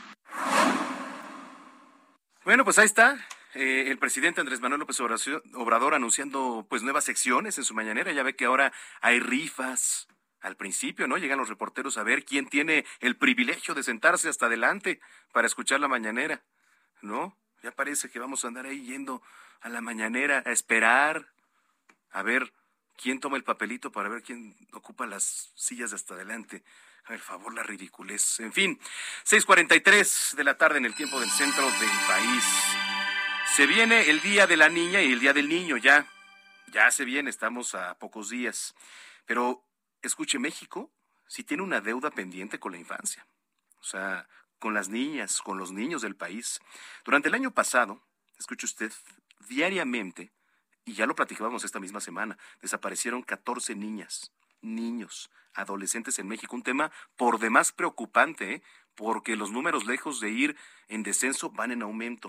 Bueno, pues ahí está. Eh, el presidente Andrés Manuel López Obrador anunciando pues nuevas secciones en su mañanera. Ya ve que ahora hay rifas. Al principio, ¿no? Llegan los reporteros a ver quién tiene el privilegio de sentarse hasta adelante para escuchar la mañanera, ¿no? Ya parece que vamos a andar ahí yendo a la mañanera a esperar a ver quién toma el papelito para ver quién ocupa las sillas de hasta adelante. A ver, favor, la ridiculez. En fin, seis cuarenta y tres de la tarde en el tiempo del centro del país. Se viene el Día de la Niña y el Día del Niño, ya, ya se viene, estamos a pocos días. Pero, escuche, México sí tiene una deuda pendiente con la infancia, o sea, con las niñas, con los niños del país. Durante el año pasado, escuche usted, diariamente, Y ya lo platicábamos esta misma semana. Desaparecieron catorce niñas, niños, adolescentes en México. Un tema por demás preocupante, ¿eh? Porque los números, lejos de ir en descenso, van en aumento.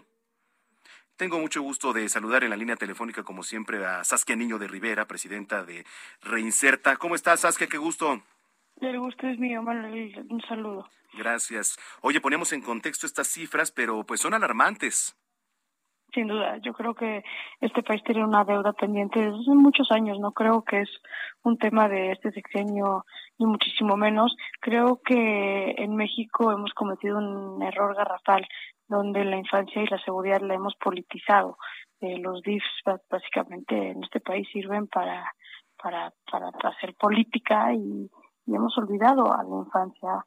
Tengo mucho gusto de saludar en la línea telefónica, como siempre, a Saskia Niño de Rivera, presidenta de Reinserta. ¿Cómo estás, Saskia? Qué gusto. El gusto es mío, Manuel. Un saludo. Gracias. Oye, poníamos en contexto estas cifras, pero pues son alarmantes. Sin duda, yo creo que este país tiene una deuda pendiente desde hace muchos años. No creo que es un tema de este sexenio, ni muchísimo menos. Creo que en México hemos cometido un error garrafal, donde la infancia y la seguridad la hemos politizado. Eh, los D I Fs básicamente en este país sirven para para para, para hacer política y, y hemos olvidado a la infancia.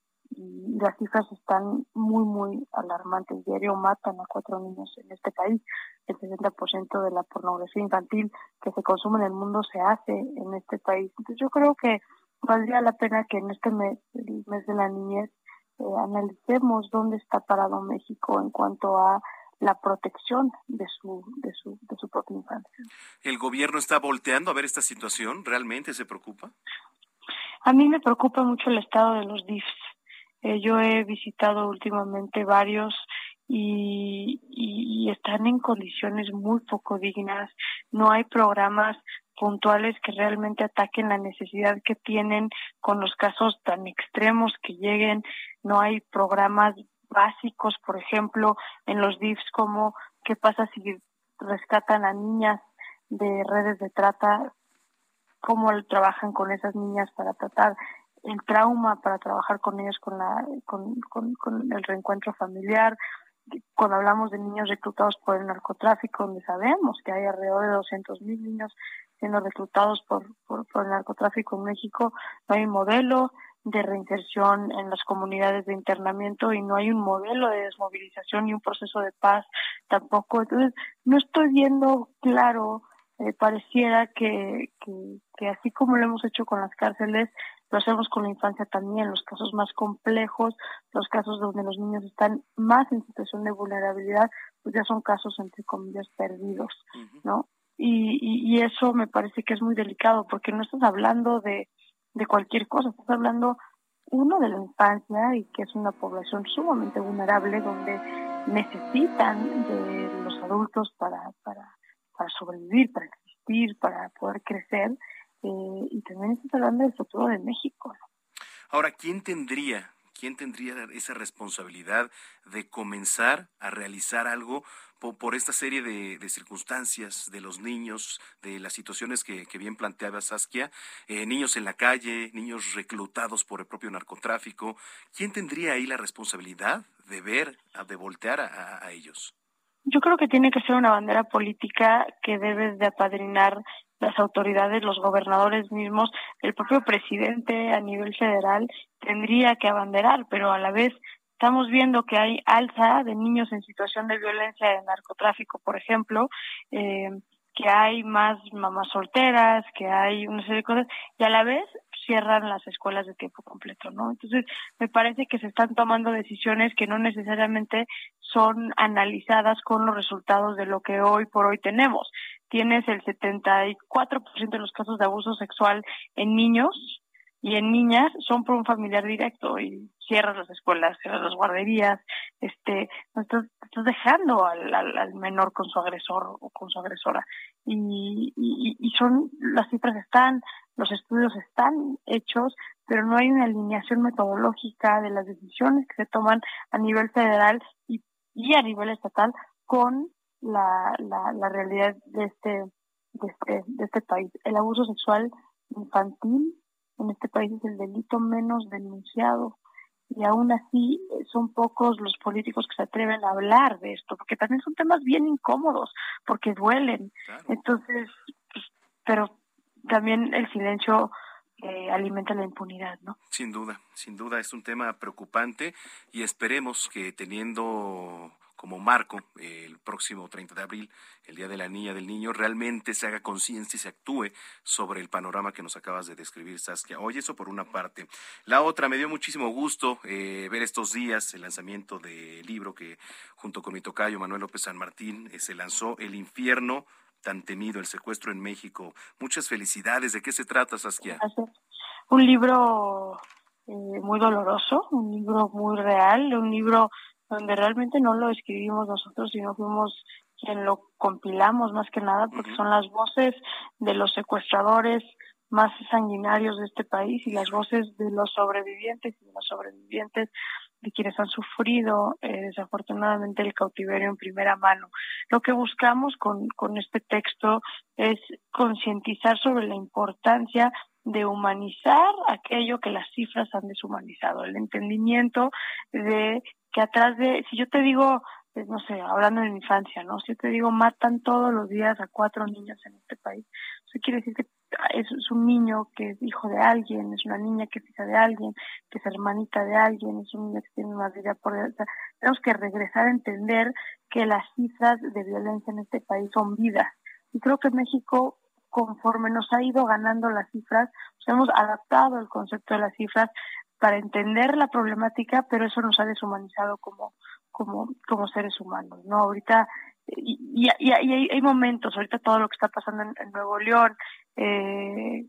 Y las cifras están muy, muy alarmantes. Diario matan a cuatro niños en este país. El sesenta por ciento de la pornografía infantil que se consume en el mundo se hace en este país. Entonces yo creo que valdría la pena que en este mes, el mes de la niñez, eh, analicemos dónde está parado México en cuanto a la protección de su, de su, de su propia infancia. ¿El gobierno está volteando a ver esta situación? ¿Realmente se preocupa? A mí me preocupa mucho el estado de los D I Fs. Eh, yo he visitado últimamente varios y, y, y están en condiciones muy poco dignas. No hay programas puntuales que realmente ataquen la necesidad que tienen con los casos tan extremos que lleguen. No hay programas básicos, por ejemplo, en los D I Fs, como qué pasa si rescatan a niñas de redes de trata, cómo trabajan con esas niñas para tratar el trauma, para trabajar con ellos con la con, con, con el reencuentro familiar. Cuando hablamos de niños reclutados por el narcotráfico, donde sabemos que hay alrededor de doscientos mil niños siendo reclutados por, por, por el narcotráfico en México, no hay un modelo de reinserción en las comunidades de internamiento y no hay un modelo de desmovilización ni un proceso de paz tampoco. Entonces, no estoy viendo claro, eh, pareciera que, que, que así como lo hemos hecho con las cárceles, lo hacemos con la infancia también. Los casos más complejos, los casos donde los niños están más en situación de vulnerabilidad, pues ya son casos entre comillas perdidos, ¿no? Y, y, y eso me parece que es muy delicado, porque no estás hablando de, de cualquier cosa, estás hablando, uno, de la infancia, y que es una población sumamente vulnerable, donde necesitan de los adultos para, para, para sobrevivir, para existir, para poder crecer. Eh, y también estás hablando del futuro de México. Ahora, ¿quién tendría, quién tendría esa responsabilidad de comenzar a realizar algo por, por esta serie de, de circunstancias de los niños, de las situaciones que, que bien planteaba Saskia, eh, niños en la calle, niños reclutados por el propio narcotráfico? ¿Quién tendría ahí la responsabilidad de ver, de voltear a, a ellos? Yo creo que tiene que ser una bandera política que debes de apadrinar las autoridades, los gobernadores mismos, el propio presidente a nivel federal tendría que abanderar, pero a la vez estamos viendo que hay alza de niños en situación de violencia de narcotráfico, por ejemplo, eh, que hay más mamás solteras, que hay una serie de cosas, y a la vez cierran las escuelas de tiempo completo, ¿no? Entonces, me parece que se están tomando decisiones que no necesariamente son analizadas con los resultados de lo que hoy por hoy tenemos. Tienes el setenta y cuatro por ciento de los casos de abuso sexual en niños y en niñas son por un familiar directo, y cierras las escuelas, cierras las guarderías, este, estás, estás dejando al, al, al menor con su agresor o con su agresora. Y, y, y son, las cifras están, los estudios están hechos, pero no hay una alineación metodológica de las decisiones que se toman a nivel federal y, y a nivel estatal con la, la, la realidad de este, de este, de este país. El abuso sexual infantil en este país es el delito menos denunciado, y aún así son pocos los políticos que se atreven a hablar de esto, porque también son temas bien incómodos, porque duelen. Claro. Entonces, pues, pero también el silencio eh, alimenta la impunidad, ¿no? Sin duda, sin duda es un tema preocupante, y esperemos que teniendo como marco eh, el próximo treinta de abril, el Día de la Niña del Niño, realmente se haga conciencia y se actúe sobre el panorama que nos acabas de describir, Saskia. Oye, eso por una parte. La otra, me dio muchísimo gusto eh, ver estos días el lanzamiento del libro que junto con mi tocayo Manuel López San Martín eh, se lanzó, El Infierno tan temido, el secuestro en México. Muchas felicidades. ¿De qué se trata, Saskia? Un libro eh, muy doloroso, un libro muy real, un libro donde realmente no lo escribimos nosotros, sino fuimos quien lo compilamos más que nada, porque uh-huh. son las voces de los secuestradores más sanguinarios de este país y las voces de los sobrevivientes y de los sobrevivientes de quienes han sufrido eh, desafortunadamente el cautiverio en primera mano. Lo que buscamos con, con este texto es concientizar sobre la importancia de humanizar aquello que las cifras han deshumanizado, el entendimiento de que atrás de, si yo te digo, pues no sé, hablando de mi infancia, ¿no? Si yo te digo, matan todos los días a cuatro niños en este país, eso quiere decir que es, es un niño que es hijo de alguien, es una niña que es hija de alguien, que es hermanita de alguien, es un niño que tiene una vida por... O sea, tenemos que regresar a entender que las cifras de violencia en este país son vidas. Y creo que México, conforme nos ha ido ganando las cifras, pues hemos adaptado el concepto de las cifras para entender la problemática, pero eso nos ha deshumanizado como como como seres humanos, ¿no? Ahorita, y, y, y hay, hay momentos, ahorita todo lo que está pasando en, en Nuevo León, eh,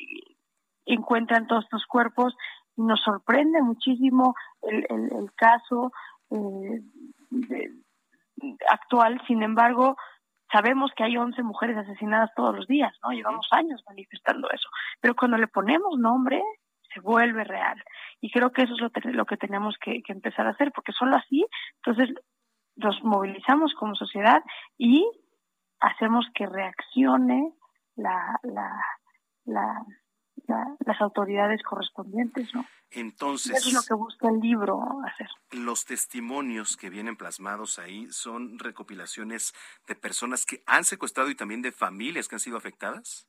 encuentran todos estos cuerpos, y nos sorprende muchísimo el, el, el caso eh, de, actual. Sin embargo, sabemos que hay once mujeres asesinadas todos los días, ¿no? Llevamos años manifestando eso, pero cuando le ponemos nombre, se vuelve real. Y creo que eso es lo, te, lo que tenemos que, que empezar a hacer, porque solo así, entonces, nos movilizamos como sociedad y hacemos que reaccione la, la, la, la, las autoridades correspondientes, ¿no? Entonces, eso es lo que busca el libro hacer. Los testimonios que vienen plasmados ahí son recopilaciones de personas que han secuestrado y también de familias que han sido afectadas.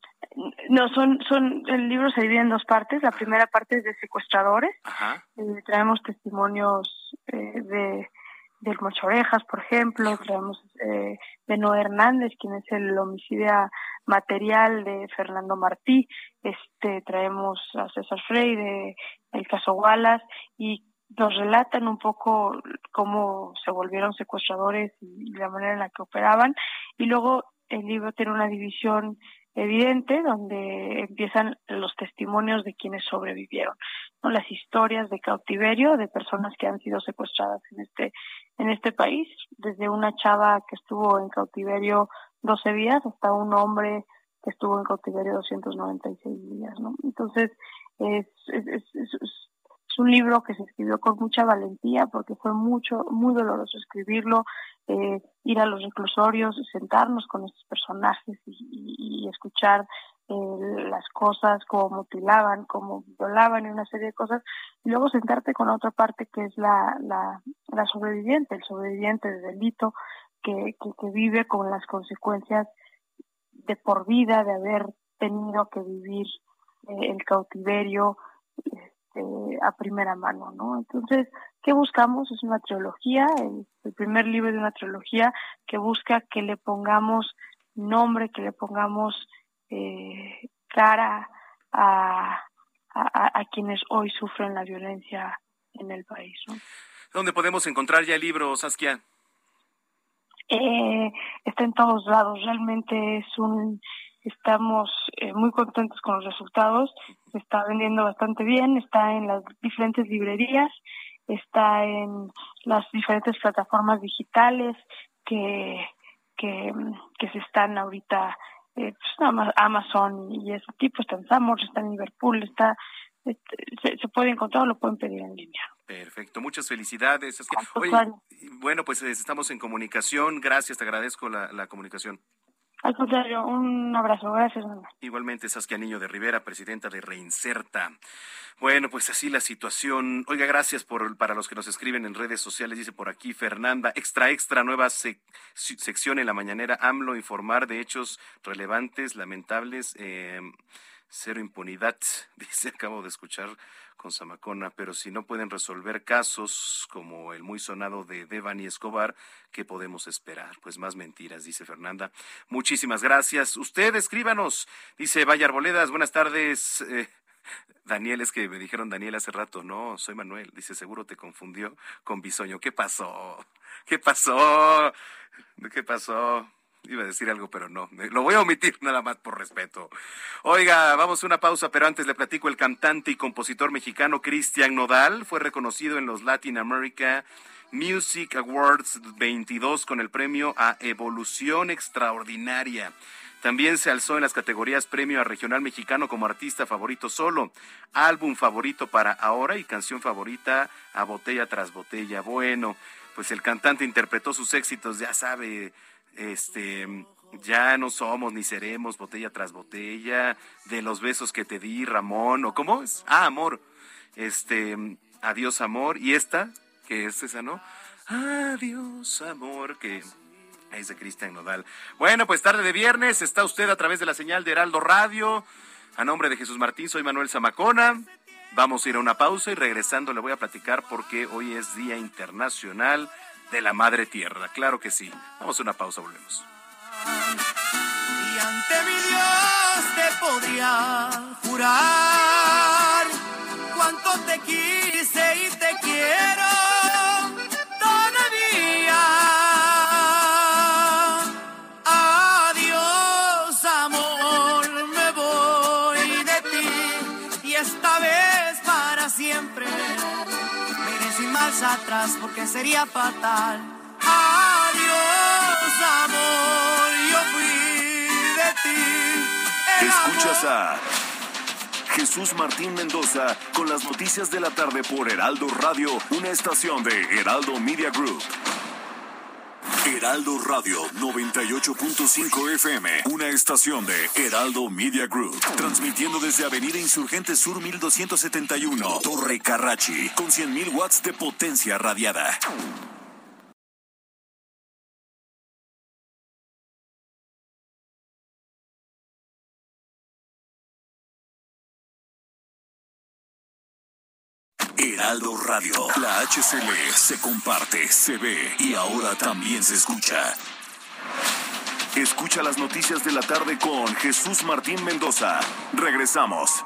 No, son, son, el libro se divide en dos partes. La primera parte es de secuestradores. Ajá. Eh, traemos testimonios eh, de del Mocho Orejas, por ejemplo. Traemos eh, de Noé Hernández, quien es el homicidio material de Fernando Martí. Este, traemos a César Frey de el caso Wallace y nos relatan un poco cómo se volvieron secuestradores y la manera en la que operaban. Y luego el libro tiene una división evidente donde empiezan los testimonios de quienes sobrevivieron, ¿no? Las historias de cautiverio de personas que han sido secuestradas en este en este país, desde una chava que estuvo en cautiverio doce días hasta un hombre que estuvo en cautiverio doscientos noventa y seis días, ¿no? Entonces es es, es, es, es un libro que se escribió con mucha valentía porque fue mucho muy doloroso escribirlo. Eh, ir a los reclusorios, sentarnos con estos personajes y, y, y escuchar eh, las cosas, cómo mutilaban, cómo violaban y una serie de cosas, y luego sentarte con otra parte que es la, la, la sobreviviente, el sobreviviente de delito que, que, que vive con las consecuencias de por vida de haber tenido que vivir eh, el cautiverio este, a primera mano, ¿no? Entonces, ¿qué buscamos? Es una trilogía, el, el primer libro de una trilogía que busca que le pongamos nombre, que le pongamos eh, cara a, a, a quienes hoy sufren la violencia en el país, ¿no? ¿Dónde podemos encontrar ya el libro, Saskia? Eh, está en todos lados, realmente es un... Estamos eh, muy contentos con los resultados, se está vendiendo bastante bien, está en las diferentes librerías, está en las diferentes plataformas digitales que que, que se están ahorita, eh, pues, Amazon y ese tipo, está en Samur, está en Liverpool, está este, se, se puede encontrar o lo pueden pedir en línea. Perfecto, muchas felicidades. Es que, oye, bueno, pues estamos en comunicación, gracias, te agradezco la, la comunicación. Al contrario, un abrazo, gracias. Igualmente, Saskia Niño de Rivera, presidenta de Reinserta. Bueno, pues así la situación. Oiga, gracias por para los que nos escriben en redes sociales, dice por aquí Fernanda, extra, extra, nueva sec, sección en la mañanera, AMLO, informar de hechos relevantes, lamentables, eh, cero impunidad, dice, acabo de escuchar con Zamacona, pero si no pueden resolver casos como el muy sonado de Devani Escobar, ¿qué podemos esperar? Pues más mentiras, dice Fernanda. Muchísimas gracias. Usted, escríbanos, dice Vaya Arboledas, buenas tardes. Eh, Daniel, es que me dijeron Daniel hace rato, no, soy Manuel, dice, seguro te confundió con Bisoño. ¿Qué pasó? ¿Qué pasó? ¿Qué pasó? Iba a decir algo, pero no. Lo voy a omitir nada más por respeto. Oiga, vamos a una pausa, pero antes le platico. El cantante y compositor mexicano Cristian Nodal fue reconocido en los Latin America Music Awards veintidós con el premio a Evolución Extraordinaria. También se alzó en las categorías Premio a Regional Mexicano como Artista Favorito Solo, Álbum Favorito para Ahora y Canción Favorita a Botella tras Botella. Bueno, pues el cantante interpretó sus éxitos, ya sabe, este, Ya no somos ni seremos, Botella tras Botella, De los besos que te di, Ramón, o ¿cómo es? Ah, Amor, este, Adiós Amor, y esta, que es esa, ¿no? Adiós Amor, que es de Cristian Nodal. Bueno, pues tarde de viernes, está usted a través de la señal de Heraldo Radio. A nombre de Jesús Martín, soy Manuel Zamacona. Vamos a ir a una pausa y regresando le voy a platicar porque hoy es Día Internacional de la Madre Tierra. Claro que sí. Vamos a una pausa, volvemos. Y ante mi Dios te podría jurar cuánto te quise y te quiero todavía. Adiós, amor, me voy de ti y esta vez para siempre. Me iré sin marcha atrás porque sería fatal. Adiós, amor, yo fui de ti. Escuchas a Jesús Martín Mendoza con las noticias de la tarde por Heraldo Radio, una estación de Heraldo Media Group. Heraldo Radio noventa y ocho punto cinco F M, una estación de Heraldo Media Group, transmitiendo desde Avenida Insurgente Sur mil doscientos setenta y uno, Torre Carrachi, con cien mil watts de potencia radiada. Heraldo Radio, la H C L se comparte, se ve y ahora también se escucha. Escucha las noticias de la tarde con Jesús Martín Mendoza. Regresamos.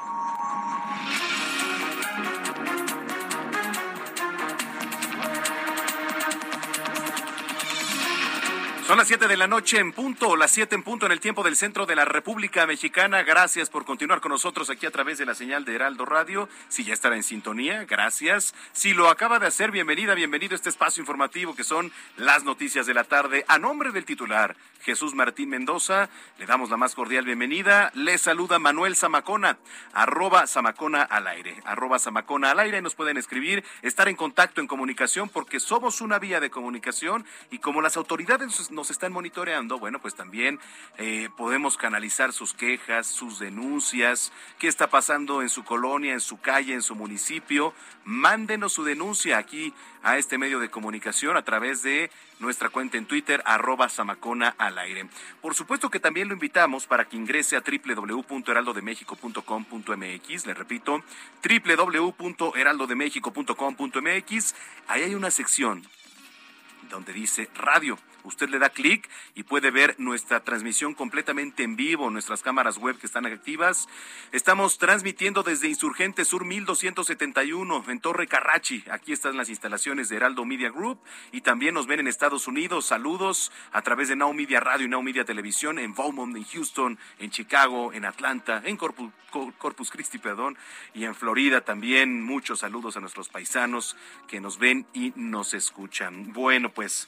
Son las siete de la noche en punto, las siete en punto en el tiempo del centro de la República Mexicana. Gracias por continuar con nosotros aquí a través de la señal de Heraldo Radio. Si ya estará en sintonía, gracias. Si lo acaba de hacer, bienvenida, bienvenido a este espacio informativo que son las noticias de la tarde. A nombre del titular, Jesús Martín Mendoza, le damos la más cordial bienvenida. Le saluda Manuel Zamacona, arroba Zamacona al aire, arroba Zamacona al aire. Nos pueden escribir, estar en contacto, en comunicación, porque somos una vía de comunicación y como las autoridades nos están monitoreando, bueno, pues también eh, podemos canalizar sus quejas, sus denuncias, qué está pasando en su colonia, en su calle, en su municipio. Mándenos su denuncia aquí a este medio de comunicación a través de nuestra cuenta en Twitter, arroba Zamacona al aire. Por supuesto que también lo invitamos para que ingrese a doble u doble u doble u punto heraldo de méxico punto com punto m x, le repito, doble u doble u doble u punto heraldo de méxico punto com punto m x. Ahí hay una sección donde dice radio. Usted le da clic y puede ver nuestra transmisión completamente en vivo, nuestras cámaras web que están activas. Estamos transmitiendo desde Insurgente Sur mil doscientos setenta y uno en Torre Carrachi. Aquí están las instalaciones de Heraldo Media Group y también nos ven en Estados Unidos. Saludos a través de Now Media Radio y Now Media Televisión en Beaumont, en Houston, en Chicago, en Atlanta, en Corpus, Corpus Christi, perdón, y en Florida también. Muchos saludos a nuestros paisanos que nos ven y nos escuchan. Bueno, pues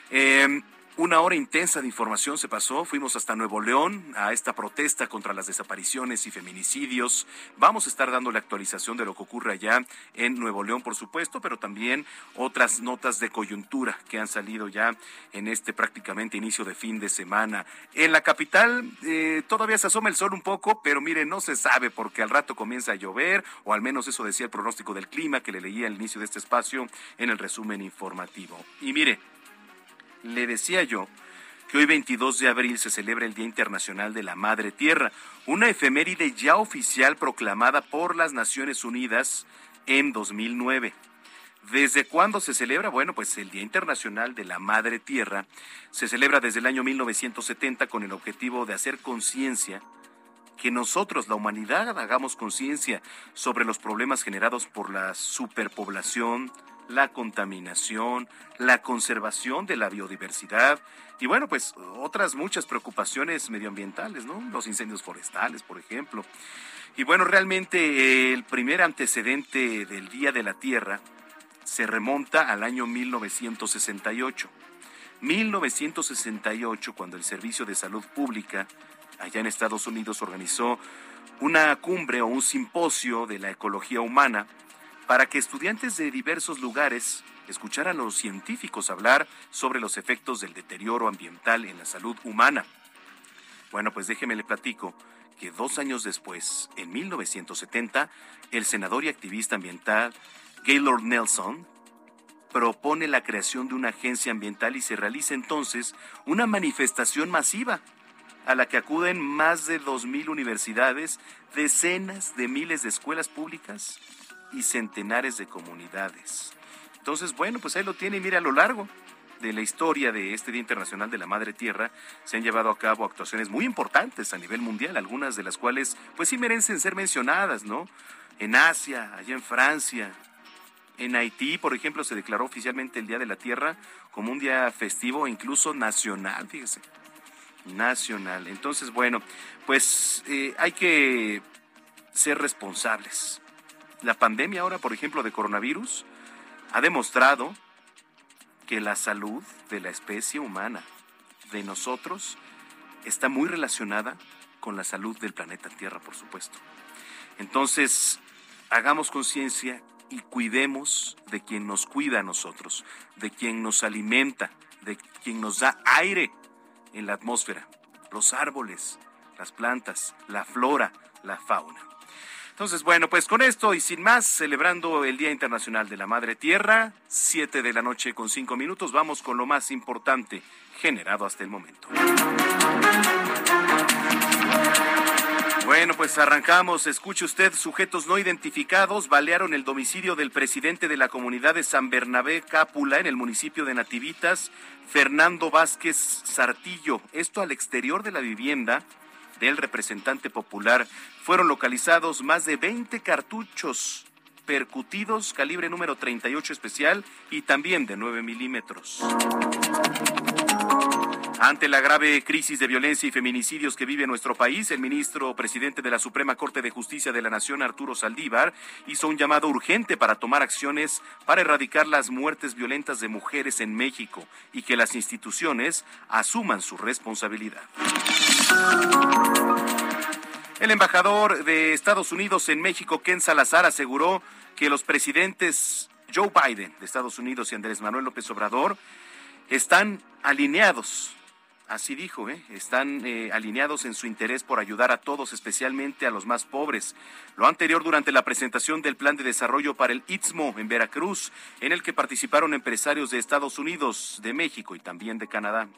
Eh, una hora intensa de información se pasó, fuimos hasta Nuevo León a esta protesta contra las desapariciones y feminicidios. Vamos a estar dando la actualización de lo que ocurre allá en Nuevo León, por supuesto, pero también otras notas de coyuntura que han salido ya en este prácticamente inicio de fin de semana. En la capital eh, todavía se asoma el sol un poco, pero mire, no se sabe porque al rato comienza a llover, o al menos eso decía el pronóstico del clima que le leía al inicio de este espacio en el resumen informativo. Y mire, le decía yo que hoy veintidós de abril se celebra el Día Internacional de la Madre Tierra, una efeméride ya oficial proclamada por las Naciones Unidas en dos mil nueve. ¿Desde cuándo se celebra? Bueno, pues el Día Internacional de la Madre Tierra se celebra desde el año mil novecientos setenta con el objetivo de hacer conciencia, que nosotros, la humanidad, hagamos conciencia sobre los problemas generados por la superpoblación, la contaminación, la conservación de la biodiversidad y bueno, pues otras muchas preocupaciones medioambientales, ¿no? Los incendios forestales, por ejemplo. Y bueno, realmente eh, el primer antecedente del Día de la Tierra se remonta al año mil novecientos sesenta y ocho. mil novecientos sesenta y ocho, cuando el Servicio de Salud Pública allá en Estados Unidos organizó una cumbre o un simposio de la ecología humana para que estudiantes de diversos lugares escucharan a los científicos hablar sobre los efectos del deterioro ambiental en la salud humana. Bueno, pues déjeme le platico que dos años después, en mil novecientos setenta, el senador y activista ambiental Gaylord Nelson propone la creación de una agencia ambiental y se realiza entonces una manifestación masiva a la que acuden más de dos mil universidades, decenas de miles de escuelas públicas y centenares de comunidades. Entonces, bueno, pues ahí lo tiene, y mire, a lo largo de la historia de este Día Internacional de la Madre Tierra se han llevado a cabo actuaciones muy importantes a nivel mundial, algunas de las cuales pues sí merecen ser mencionadas, ¿no? En Asia, allá en Francia, en Haití, por ejemplo, se declaró oficialmente el Día de la Tierra como un día festivo, incluso nacional, fíjese, nacional. Entonces, bueno, pues eh, hay que ser responsables. La pandemia ahora, por ejemplo, de coronavirus, ha demostrado que la salud de la especie humana, de nosotros, está muy relacionada con la salud del planeta Tierra, por supuesto. Entonces, hagamos conciencia y cuidemos de quien nos cuida a nosotros, de quien nos alimenta, de quien nos da aire en la atmósfera, los árboles, las plantas, la flora, la fauna. Entonces, bueno, pues con esto y sin más, celebrando el Día Internacional de la Madre Tierra, siete de la noche con cinco minutos, vamos con lo más importante generado hasta el momento. Bueno, pues arrancamos. Escuche usted, sujetos no identificados balearon el domicilio del presidente de la comunidad de San Bernabé Cápula en el municipio de Nativitas, Fernando Vázquez Sartillo. Esto al exterior de la vivienda del representante popular. Fueron localizados más de veinte cartuchos percutidos calibre número treinta y ocho especial y también de nueve milímetros. Ante la grave crisis de violencia y feminicidios que vive nuestro país, el ministro presidente de la Suprema Corte de Justicia de la Nación, Arturo Saldívar, hizo un llamado urgente para tomar acciones para erradicar las muertes violentas de mujeres en México y que las instituciones asuman su responsabilidad. El embajador de Estados Unidos en México, Ken Salazar, aseguró que los presidentes Joe Biden de Estados Unidos y Andrés Manuel López Obrador están alineados. Así dijo, ¿eh? están eh, alineados en su interés por ayudar a todos, especialmente a los más pobres. Lo anterior durante la presentación del Plan de Desarrollo para el Istmo en Veracruz, en el que participaron empresarios de Estados Unidos, de México y también de Canadá.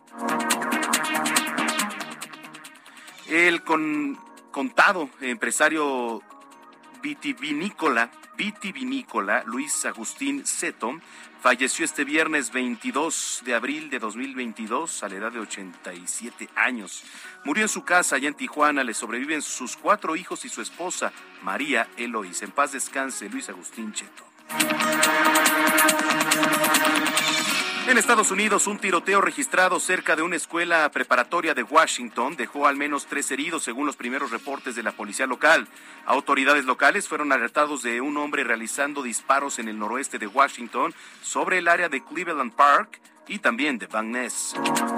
El con, contado empresario vitivinícola, vitivinícola Luis Agustín Seto falleció este viernes veintidós de abril de dos mil veintidós a la edad de ochenta y siete años. Murió en su casa allá en Tijuana. Le sobreviven sus cuatro hijos y su esposa, María Eloís. En paz descanse Luis Agustín Cheto. En Estados Unidos, un tiroteo registrado cerca de una escuela preparatoria de Washington dejó al menos tres heridos, según los primeros reportes de la policía local. Autoridades locales fueron alertados de un hombre realizando disparos en el noroeste de Washington sobre el área de Cleveland Park y también de Van Ness.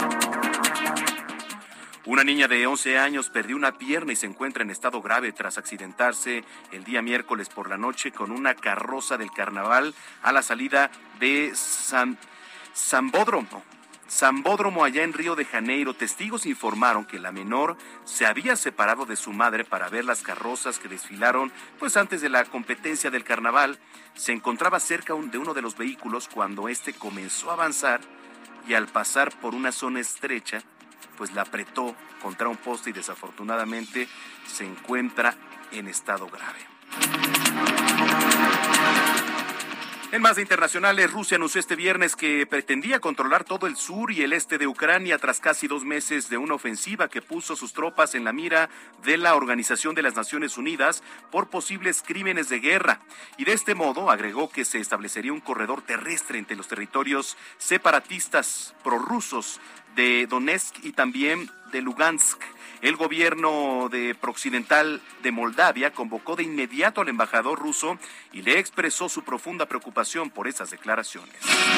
Una niña de once años perdió una pierna y se encuentra en estado grave tras accidentarse el día miércoles por la noche con una carroza del carnaval a la salida de San Sambódromo, Sambódromo allá en Río de Janeiro. Testigos informaron que la menor se había separado de su madre para ver las carrozas que desfilaron pues antes de la competencia del carnaval. Se encontraba cerca de uno de los vehículos cuando este comenzó a avanzar y al pasar por una zona estrecha pues la apretó contra un poste y desafortunadamente se encuentra en estado grave. En más de internacionales, Rusia anunció este viernes que pretendía controlar todo el sur y el este de Ucrania tras casi dos meses de una ofensiva que puso sus tropas en la mira de la Organización de las Naciones Unidas por posibles crímenes de guerra. Y de este modo agregó que se establecería un corredor terrestre entre los territorios separatistas prorrusos de Donetsk y también de Lugansk. El gobierno de Prooccidental de Moldavia convocó de inmediato al embajador ruso y le expresó su profunda preocupación por esas declaraciones.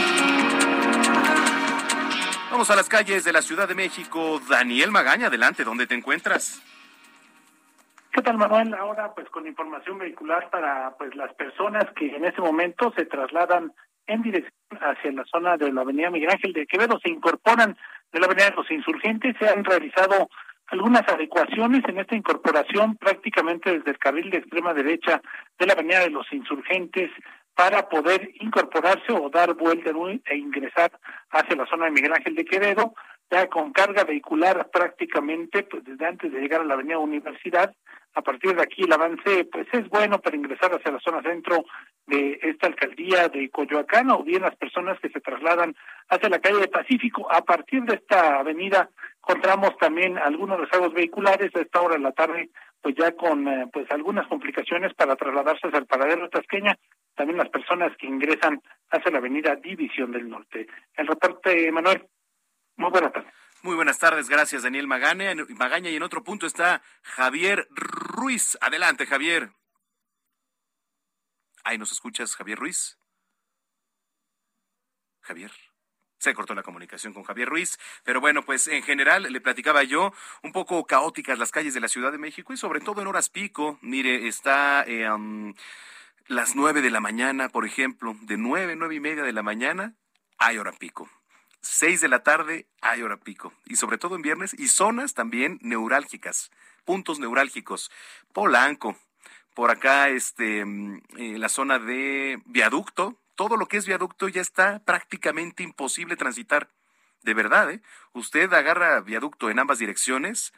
Vamos a las calles de la Ciudad de México. Daniel Magaña, adelante, ¿dónde te encuentras? ¿Qué tal, Manuel? Ahora pues con información vehicular para pues las personas que en este momento se trasladan en dirección hacia la zona de la avenida Miguel Ángel de Quevedo, se incorporan de la avenida de los Insurgentes. Se han realizado algunas adecuaciones en esta incorporación prácticamente desde el carril de extrema derecha de la avenida de los Insurgentes para poder incorporarse o dar vuelta e ingresar hacia la zona de Miguel Ángel de Quevedo, ya con carga vehicular prácticamente pues desde antes de llegar a la avenida Universidad. A partir de aquí el avance pues es bueno para ingresar hacia la zona centro de esta alcaldía de Coyoacán, o bien las personas que se trasladan hacia la calle de Pacífico. A partir de esta avenida encontramos también algunos rezagos vehiculares a esta hora de la tarde, pues ya con eh, pues algunas complicaciones para trasladarse hacia el paradero de Tasqueña, también las personas que ingresan hacia la avenida División del Norte. El reporte, Manuel. Muy buenas tardes. Muy buenas tardes, gracias Daniel Magaña. Magaña y en otro punto está Javier Ruiz. Adelante, Javier. Ahí nos escuchas, Javier Ruiz. Javier. Se cortó la comunicación con Javier Ruiz, pero bueno, pues en general le platicaba yo, un poco caóticas las calles de la Ciudad de México y sobre todo en horas pico. Mire, está eh, um, las nueve de la mañana, por ejemplo, de nueve, nueve y media de la mañana, hay hora pico. Seis de la tarde hay hora pico, y sobre todo en viernes, y zonas también neurálgicas, puntos neurálgicos. Polanco, por acá este, eh, la zona de Viaducto, todo lo que es Viaducto ya está prácticamente imposible transitar. De verdad, ¿eh? Usted agarra Viaducto en ambas direcciones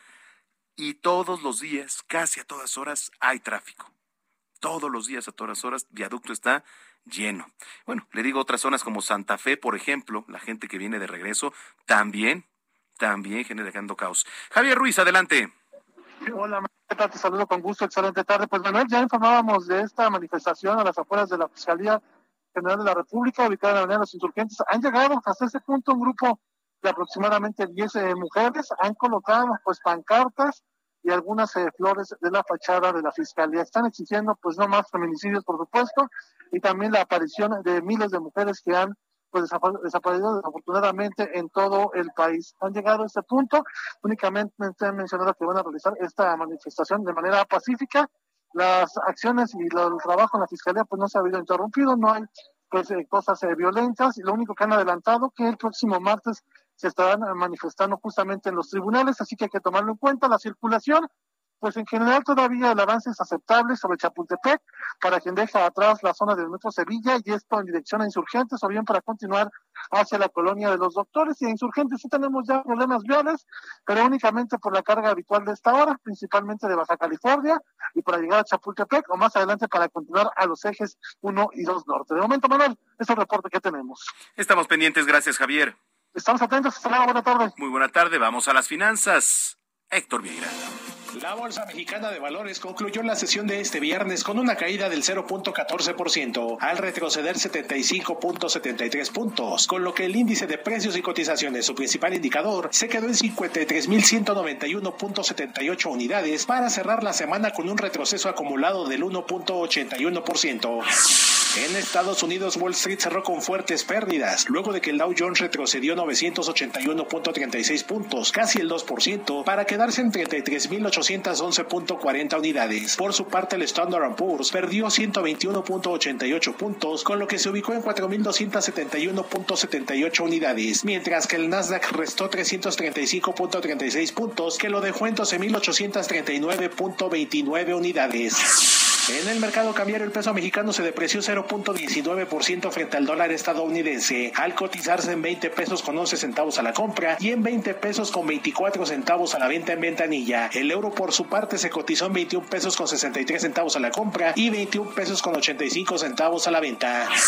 y todos los días, casi a todas horas, hay tráfico. Todos los días, a todas horas, Viaducto está lleno. Bueno, le digo otras zonas como Santa Fe, por ejemplo, la gente que viene de regreso, también, también generando caos. Javier Ruiz, adelante. Hola, ¿qué tal? Te saludo con gusto, excelente tarde. Pues Manuel, ya informábamos de esta manifestación a las afueras de la Fiscalía General de la República, ubicada en la Avenida de los Insurgentes. Han llegado hasta ese punto un grupo de aproximadamente diez eh, mujeres, han colocado pues pancartas y algunas eh, flores de la fachada de la Fiscalía. Están exigiendo pues no más feminicidios, por supuesto, y también la aparición de miles de mujeres que han pues desaparecido desafortunadamente en todo el país. Han llegado a este punto, únicamente han mencionado que van a realizar esta manifestación de manera pacífica. Las acciones y el trabajo en la Fiscalía pues no se ha habido interrumpido, no hay pues eh, cosas eh, violentas, y lo único que han adelantado que el próximo martes se estarán manifestando justamente en los tribunales, así que hay que tomarlo en cuenta. La circulación, pues en general todavía el avance es aceptable sobre Chapultepec, para quien deja atrás la zona del Metro Sevilla, y esto en dirección a Insurgentes, o bien para continuar hacia la Colonia de los Doctores. Y a Insurgentes sí tenemos ya problemas viales, pero únicamente por la carga habitual de esta hora, principalmente de Baja California, y para llegar a Chapultepec, o más adelante para continuar a los ejes uno y dos Norte. De momento, Manuel, es el reporte que tenemos. Estamos pendientes, gracias, Javier. Estamos atentos, hasta luego, buena tarde. Muy buena tarde, vamos a las finanzas. Héctor Vieira. La Bolsa Mexicana de Valores concluyó la sesión de este viernes con una caída del cero punto catorce por ciento, al retroceder setenta y cinco punto setenta y tres puntos, con lo que el índice de precios y cotizaciones, su principal indicador, se quedó en cincuenta y tres mil ciento noventa y uno punto setenta y ocho unidades para cerrar la semana con un retroceso acumulado del uno punto ochenta y uno por ciento. En Estados Unidos, Wall Street cerró con fuertes pérdidas, luego de que el Dow Jones retrocedió novecientos ochenta y uno punto treinta y seis puntos, casi el dos por ciento, para quedarse en treinta y tres mil ochocientos once punto cuarenta unidades. Por su parte, el Standard and Poor's perdió ciento veintiuno punto ochenta y ocho puntos, con lo que se ubicó en cuatro mil doscientos setenta y uno punto setenta y ocho unidades, mientras que el Nasdaq restó trescientos treinta y cinco punto treinta y seis puntos, que lo dejó en doce mil ochocientos treinta y nueve punto veintinueve unidades. En el mercado cambiario, el peso mexicano se depreció cero punto diecinueve por ciento frente al dólar estadounidense, al cotizarse en veinte pesos con once centavos a la compra y en veinte pesos con veinticuatro centavos a la venta en ventanilla. El euro, por su parte, se cotizó en veintiún pesos con sesenta y tres centavos a la compra y veintiún pesos con ochenta y cinco centavos a la venta.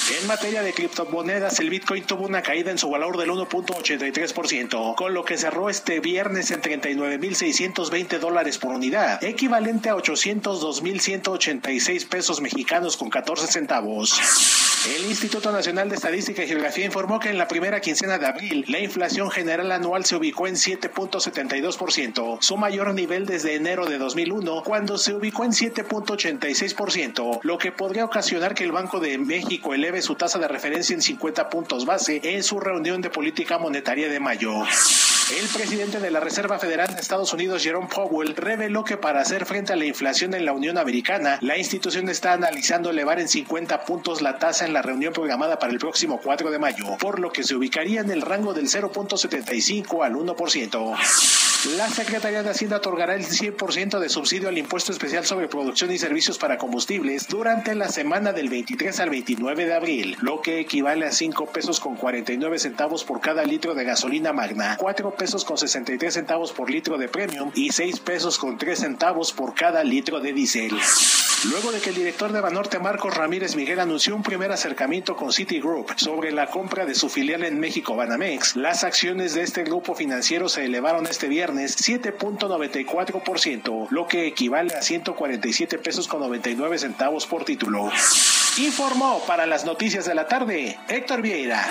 En materia de criptomonedas, el Bitcoin tuvo una caída en su valor del uno punto ochenta y tres por ciento, con lo que cerró este viernes en treinta y nueve mil seiscientos veinte dólares por unidad, equivalente a ochocientos dos mil ciento ochenta y seis pesos mexicanos con catorce centavos. El Instituto Nacional de Estadística y Geografía informó que en la primera quincena de abril, la inflación general anual se ubicó en siete punto setenta y dos por ciento, su mayor nivel desde enero de dos mil uno, cuando se ubicó en siete punto ochenta y seis por ciento, lo que podría ocasionar que el Banco de México eleve su tasa de referencia en cincuenta puntos base en su reunión de política monetaria de mayo. El presidente de la Reserva Federal de Estados Unidos, Jerome Powell, reveló que para hacer frente a la inflación en la Unión Americana, la institución está analizando elevar en cincuenta puntos la tasa en la reunión programada para el próximo cuatro de mayo, por lo que se ubicaría en el rango del cero punto setenta y cinco al uno por ciento. La Secretaría de Hacienda otorgará el cien por ciento de subsidio al impuesto especial sobre producción y servicios para combustibles durante la semana del veintitrés al veintinueve de abril, lo que equivale a cinco pesos con cuarenta y nueve centavos por cada litro de gasolina magna, cuatro pesos con sesenta y tres centavos por litro de premium y seis pesos con tres centavos por cada litro de diésel. Luego de que el director de Banorte, Marcos Ramírez Miguel, anunció un primer acercamiento con Citigroup sobre la compra de su filial en México, Banamex, las acciones de este grupo financiero se elevaron este viernes siete punto noventa y cuatro por ciento, lo que equivale a ciento cuarenta y siete pesos con noventa y nueve centavos por título. Informó para las noticias de la tarde, Héctor Vieira.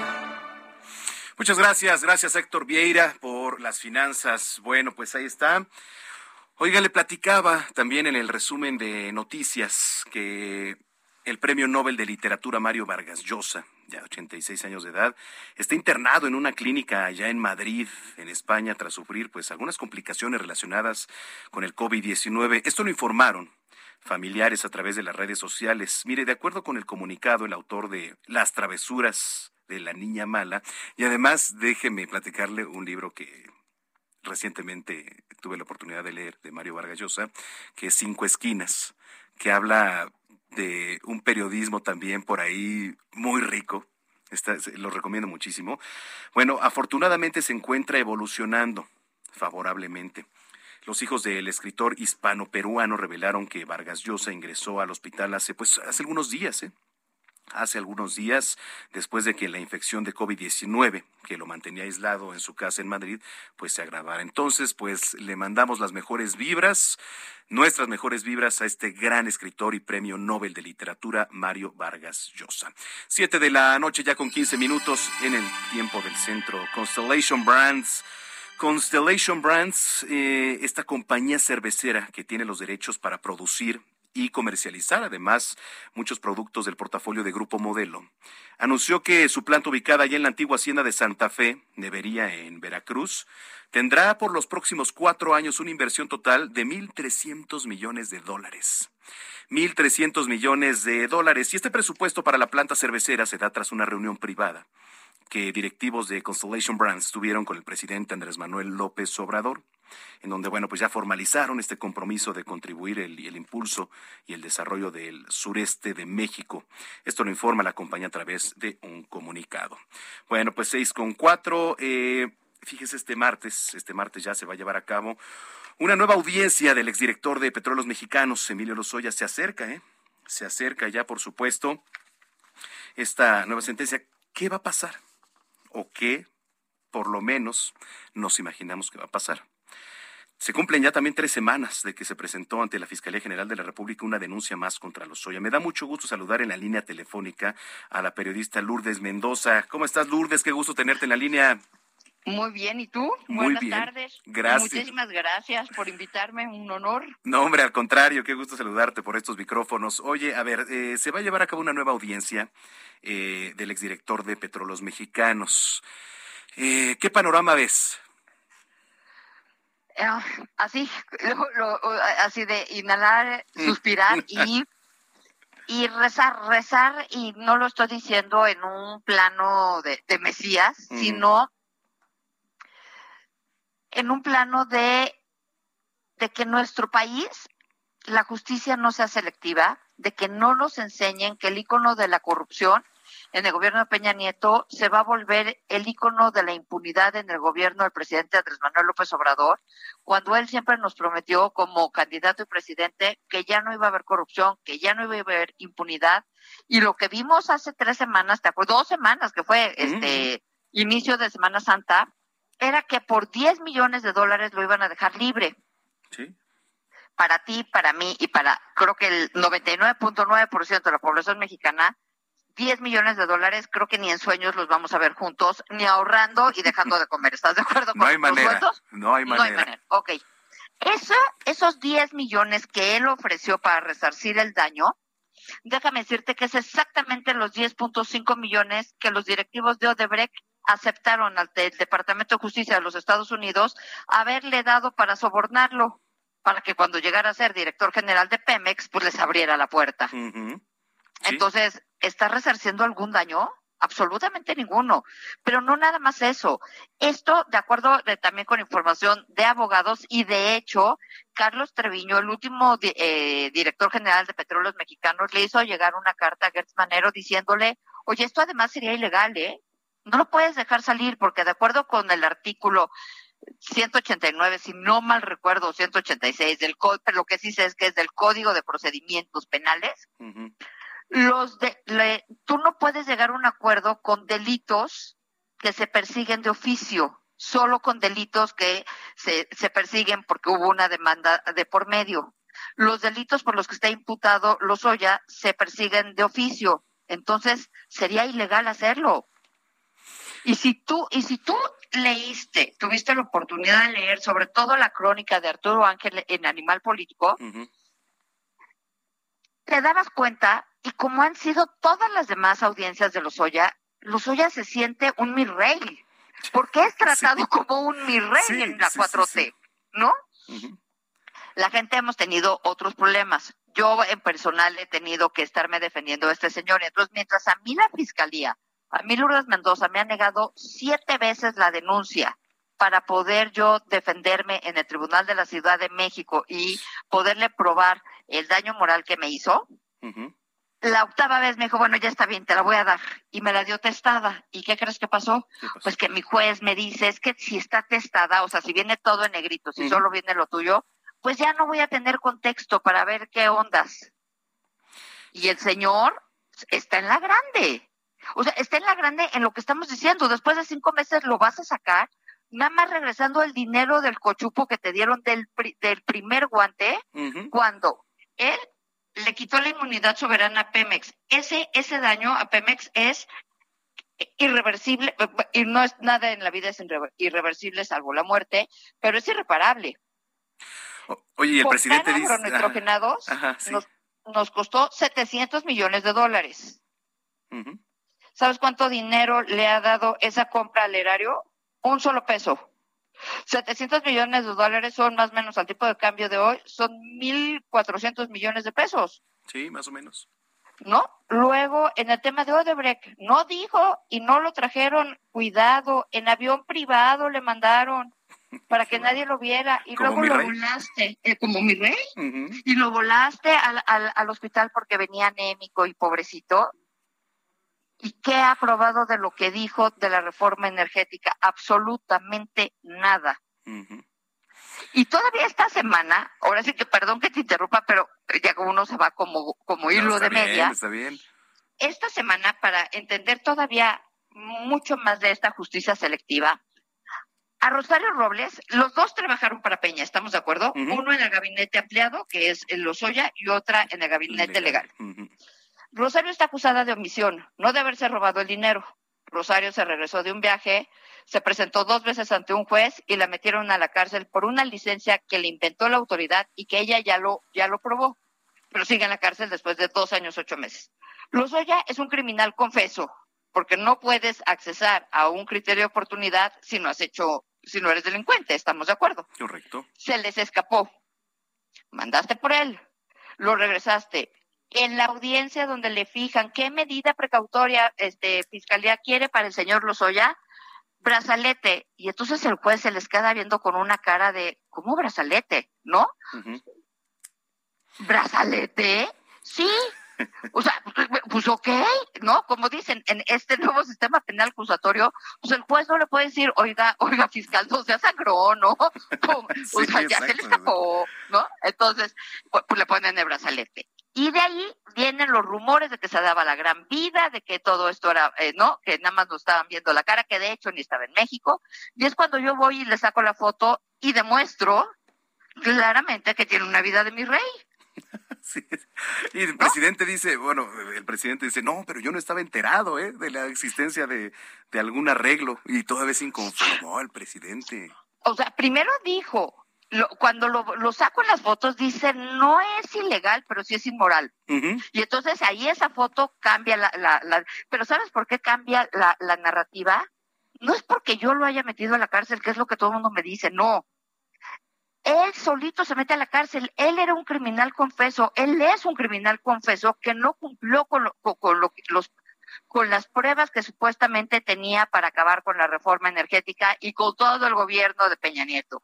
Muchas gracias, gracias Héctor Vieira por las finanzas. Bueno, pues ahí está. Oiga, le platicaba también en el resumen de noticias que el Premio Nobel de Literatura Mario Vargas Llosa, ya ochenta y seis años de edad, está internado en una clínica allá en Madrid, en España, tras sufrir pues algunas complicaciones relacionadas con el COVID diecinueve. Esto lo informaron familiares a través de las redes sociales. Mire, de acuerdo con el comunicado, el autor de Las travesuras de la niña mala, y además déjeme platicarle un libro que recientemente tuve la oportunidad de leer de Mario Vargas Llosa, que es Cinco Esquinas, que habla de un periodismo también por ahí muy rico. Esta, lo recomiendo muchísimo. Bueno, afortunadamente se encuentra evolucionando favorablemente. Los hijos del escritor hispano-peruano revelaron que Vargas Llosa ingresó al hospital hace, pues, hace algunos días, ¿eh? Hace algunos días, después de que la infección de COVID diecinueve, que lo mantenía aislado en su casa en Madrid, pues se agravara. Entonces, pues le mandamos las mejores vibras, nuestras mejores vibras a este gran escritor y premio Nobel de Literatura, Mario Vargas Llosa. Siete de la noche, ya con quince minutos en el tiempo del centro. Constellation Brands. Constellation Brands, eh, esta compañía cervecera que tiene los derechos para producir y comercializar además muchos productos del portafolio de Grupo Modelo, anunció que su planta ubicada allá en la antigua hacienda de Santa Fe, Nevería en Veracruz, tendrá por los próximos cuatro años una inversión total de mil trescientos millones de dólares. mil trescientos millones de dólares. Y este presupuesto para la planta cervecera se da tras una reunión privada que directivos de Constellation Brands tuvieron con el presidente Andrés Manuel López Obrador, en donde, bueno, pues ya formalizaron este compromiso de contribuir el, el impulso y el desarrollo del sureste de México. Esto lo informa la compañía a través de un comunicado. Bueno, pues seis con cuatro, eh, fíjese, este martes, este martes ya se va a llevar a cabo una nueva audiencia del exdirector de Petróleos Mexicanos, Emilio Lozoya. Se acerca, ¿eh? Se acerca ya, por supuesto, esta nueva sentencia. ¿Qué va a pasar? ¿O qué, por lo menos, nos imaginamos que va a pasar? Se cumplen ya también tres semanas de que se presentó ante la Fiscalía General de la República una denuncia más contra Lozoya. Me da mucho gusto saludar en la línea telefónica a la periodista Lourdes Mendoza. ¿Cómo estás, Lourdes? Qué gusto tenerte en la línea. Muy bien, ¿y tú? Muy Buenas bien. tardes. Gracias. Muchísimas gracias por invitarme, un honor. No, hombre, al contrario, qué gusto saludarte por estos micrófonos. Oye, a ver, eh, se va a llevar a cabo una nueva audiencia eh, del exdirector de Petróleos Mexicanos. Eh, ¿Qué panorama ves? Uh, así, lo, lo, así de inhalar, suspirar y, y rezar, rezar, y no lo estoy diciendo en un plano de, de Mesías, mm. sino en un plano de, de que en nuestro país la justicia no sea selectiva, de que no nos enseñen que el icono de la corrupción en el gobierno de Peña Nieto, se va a volver el ícono de la impunidad en el gobierno del presidente Andrés Manuel López Obrador, cuando él siempre nos prometió como candidato y presidente que ya no iba a haber corrupción, que ya no iba a haber impunidad, y lo que vimos hace tres semanas, ¿te acuerdas? Dos semanas, que fue este mm. inicio de Semana Santa, era que por diez millones de dólares lo iban a dejar libre. Sí. Para ti, para mí y para, creo que el noventa y nueve punto nueve por ciento de la población mexicana, diez millones de dólares, creo que ni en sueños los vamos a ver juntos, ni ahorrando y dejando de comer. ¿Estás de acuerdo con no hay manera, sueldos? No hay manera. No hay manera. Ok. Eso, esos diez millones que él ofreció para resarcir el daño, déjame decirte que es exactamente los diez punto cinco millones que los directivos de Odebrecht aceptaron al del Departamento de Justicia de los Estados Unidos haberle dado para sobornarlo, para que cuando llegara a ser director general de Pemex, pues les abriera la puerta. Uh-huh. Sí. Entonces, ¿está resarciendo algún daño? Absolutamente ninguno. Pero no nada más eso. Esto, de acuerdo de, también con información de abogados, y de hecho, Carlos Treviño, el último di- eh, director general de Petróleos Mexicanos, le hizo llegar una carta a Gertz Manero diciéndole, oye, esto además sería ilegal, ¿eh? No lo puedes dejar salir, porque de acuerdo con el artículo ciento ochenta y nueve, si no mal recuerdo, ciento ochenta y seis del código, pero lo que sí sé es que es del Código de Procedimientos Penales. Uh-huh. Los de, le, tú no puedes llegar a un acuerdo con delitos que se persiguen de oficio, solo con delitos que se, se persiguen porque hubo una demanda de por medio. Los delitos por los que está imputado Lozoya se persiguen de oficio, entonces sería ilegal hacerlo. Y si tú, y si tú leíste, tuviste la oportunidad de leer sobre todo la crónica de Arturo Ángel en Animal Político, uh-huh. te dabas cuenta, y como han sido todas las demás audiencias de Lozoya, Lozoya se siente un mi rey, porque es tratado sí. como un mi rey sí, en la sí, cuatro T, sí, sí. ¿no? Uh-huh. La gente hemos tenido otros problemas. Yo en personal he tenido que estarme defendiendo a este señor, entonces mientras a mí la fiscalía, a mí Lourdes Mendoza me ha negado siete veces la denuncia para poder yo defenderme en el Tribunal de la Ciudad de México y poderle probar el daño moral que me hizo. Uh-huh. La octava vez me dijo, bueno, ya está bien, te la voy a dar. Y me la dio testada. ¿Y qué crees que pasó? ¿Qué pasó? Pues que mi juez me dice, es que si está testada, o sea, si viene todo en negrito, si uh-huh. solo viene lo tuyo, pues ya no voy a tener contexto para ver qué ondas. Y el señor está en la grande. O sea, está en la grande en lo que estamos diciendo. Después de cinco meses lo vas a sacar, nada más regresando el dinero del cochupo que te dieron del, pri- del primer guante, uh-huh. cuando él le quitó la inmunidad soberana a Pemex. Ese, ese daño a Pemex es irreversible, y no es nada en la vida es irreversible salvo la muerte, pero es irreparable. O, oye, el Por presidente dice... agronitrogenados ajá, ajá, sí. nos, nos costó setecientos millones de dólares. Uh-huh. ¿Sabes cuánto dinero le ha dado esa compra al erario? Un solo peso. setecientos millones de dólares son más o menos al tipo de cambio de hoy, son mil cuatrocientos millones de pesos. Sí, más o menos. ¿No? Luego, en el tema de Odebrecht, no dijo y no lo trajeron, cuidado, en avión privado le mandaron para que nadie lo viera y luego lo rey? volaste, eh, como mi rey, uh-huh. y lo volaste al, al, al hospital porque venía anémico y pobrecito. ¿Y qué ha aprobado de lo que dijo de la reforma energética? Absolutamente nada. Uh-huh. Y todavía esta semana, ahora sí que perdón que te interrumpa, pero ya como uno se va como, como hilo no, de bien, media. Está bien. Esta semana, para entender todavía mucho más de esta justicia selectiva, a Rosario Robles, los dos trabajaron para Peña, ¿estamos de acuerdo? Uh-huh. Uno en el gabinete ampliado, que es el Lozoya, y otra en el gabinete legal. legal. Uh-huh. Rosario está acusada de omisión, no de haberse robado el dinero. Rosario se regresó de un viaje, se presentó dos veces ante un juez y la metieron a la cárcel por una licencia que le inventó la autoridad y que ella ya lo, ya lo probó, pero sigue en la cárcel después de dos años, ocho meses. Lozoya es un criminal confeso, porque no puedes accesar a un criterio de oportunidad si no has hecho, si no eres delincuente, ¿estamos de acuerdo? Correcto. Se les escapó. Mandaste por él, lo regresaste. En la audiencia donde le fijan qué medida precautoria este Fiscalía quiere para el señor Lozoya, brazalete. Y entonces el juez se les queda viendo con una cara de, ¿cómo brazalete? ¿No? Uh-huh. ¿Brazalete? Sí. O sea, pues ok, ¿no? Como dicen, en, criminal acusatorio, pues el juez no le puede decir, oiga, oiga, fiscal, no sea sangrón, ¿no? O Sí, sea, ya exacto. se le escapó, ¿no? Entonces, pues, pues le ponen el brazalete. Y de ahí vienen los rumores de que se daba la gran vida, de que todo esto era, eh, ¿no? Que nada más nos estaban viendo la cara, que de hecho ni estaba en México. Y es cuando yo voy y le saco la foto y demuestro claramente que tiene una vida de mi rey. Sí. Y el presidente dice, bueno, el presidente dice, no, pero yo no estaba enterado, ¿eh? De la existencia de, de algún arreglo. Y todavía se inconformó el presidente. O sea, primero dijo, lo, cuando lo, lo saco en las fotos, dice, no es ilegal, pero sí es inmoral. Uh-huh. Y entonces ahí esa foto cambia la, la, la... Pero ¿sabes por qué cambia la, la narrativa? No es porque yo lo haya metido a la cárcel, que es lo que todo el mundo me dice, no. Él solito se mete a la cárcel, él era un criminal confeso, él es un criminal confeso que no cumplió con, lo, con, con, lo, los, con las pruebas que supuestamente tenía para acabar con la reforma energética y con todo el gobierno de Peña Nieto.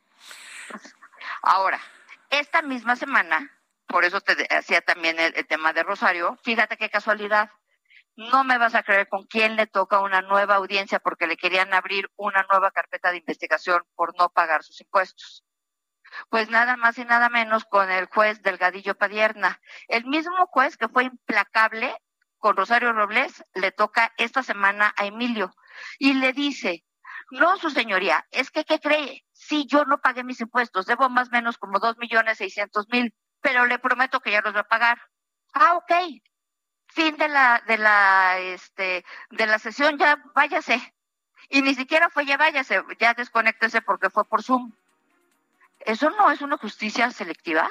Ahora, esta misma semana, por eso te hacía también el, el tema de Rosario, fíjate qué casualidad, no me vas a creer con quién le toca una nueva audiencia porque le querían abrir una nueva carpeta de investigación por no pagar sus impuestos. Pues nada más y nada menos con el juez Delgadillo Padierna. El mismo juez que fue implacable con Rosario Robles, le toca esta semana a Emilio y le dice, no, su señoría, es que, ¿qué cree? Sí, yo no pagué mis impuestos, debo más o menos como dos millones seiscientos mil, pero le prometo que ya los va a pagar. Ah, ok. Fin de la, de la, este, de la sesión, ya váyase. Y ni siquiera fue ya váyase, ya desconéctese porque fue por Zoom. ¿Eso no es una justicia selectiva?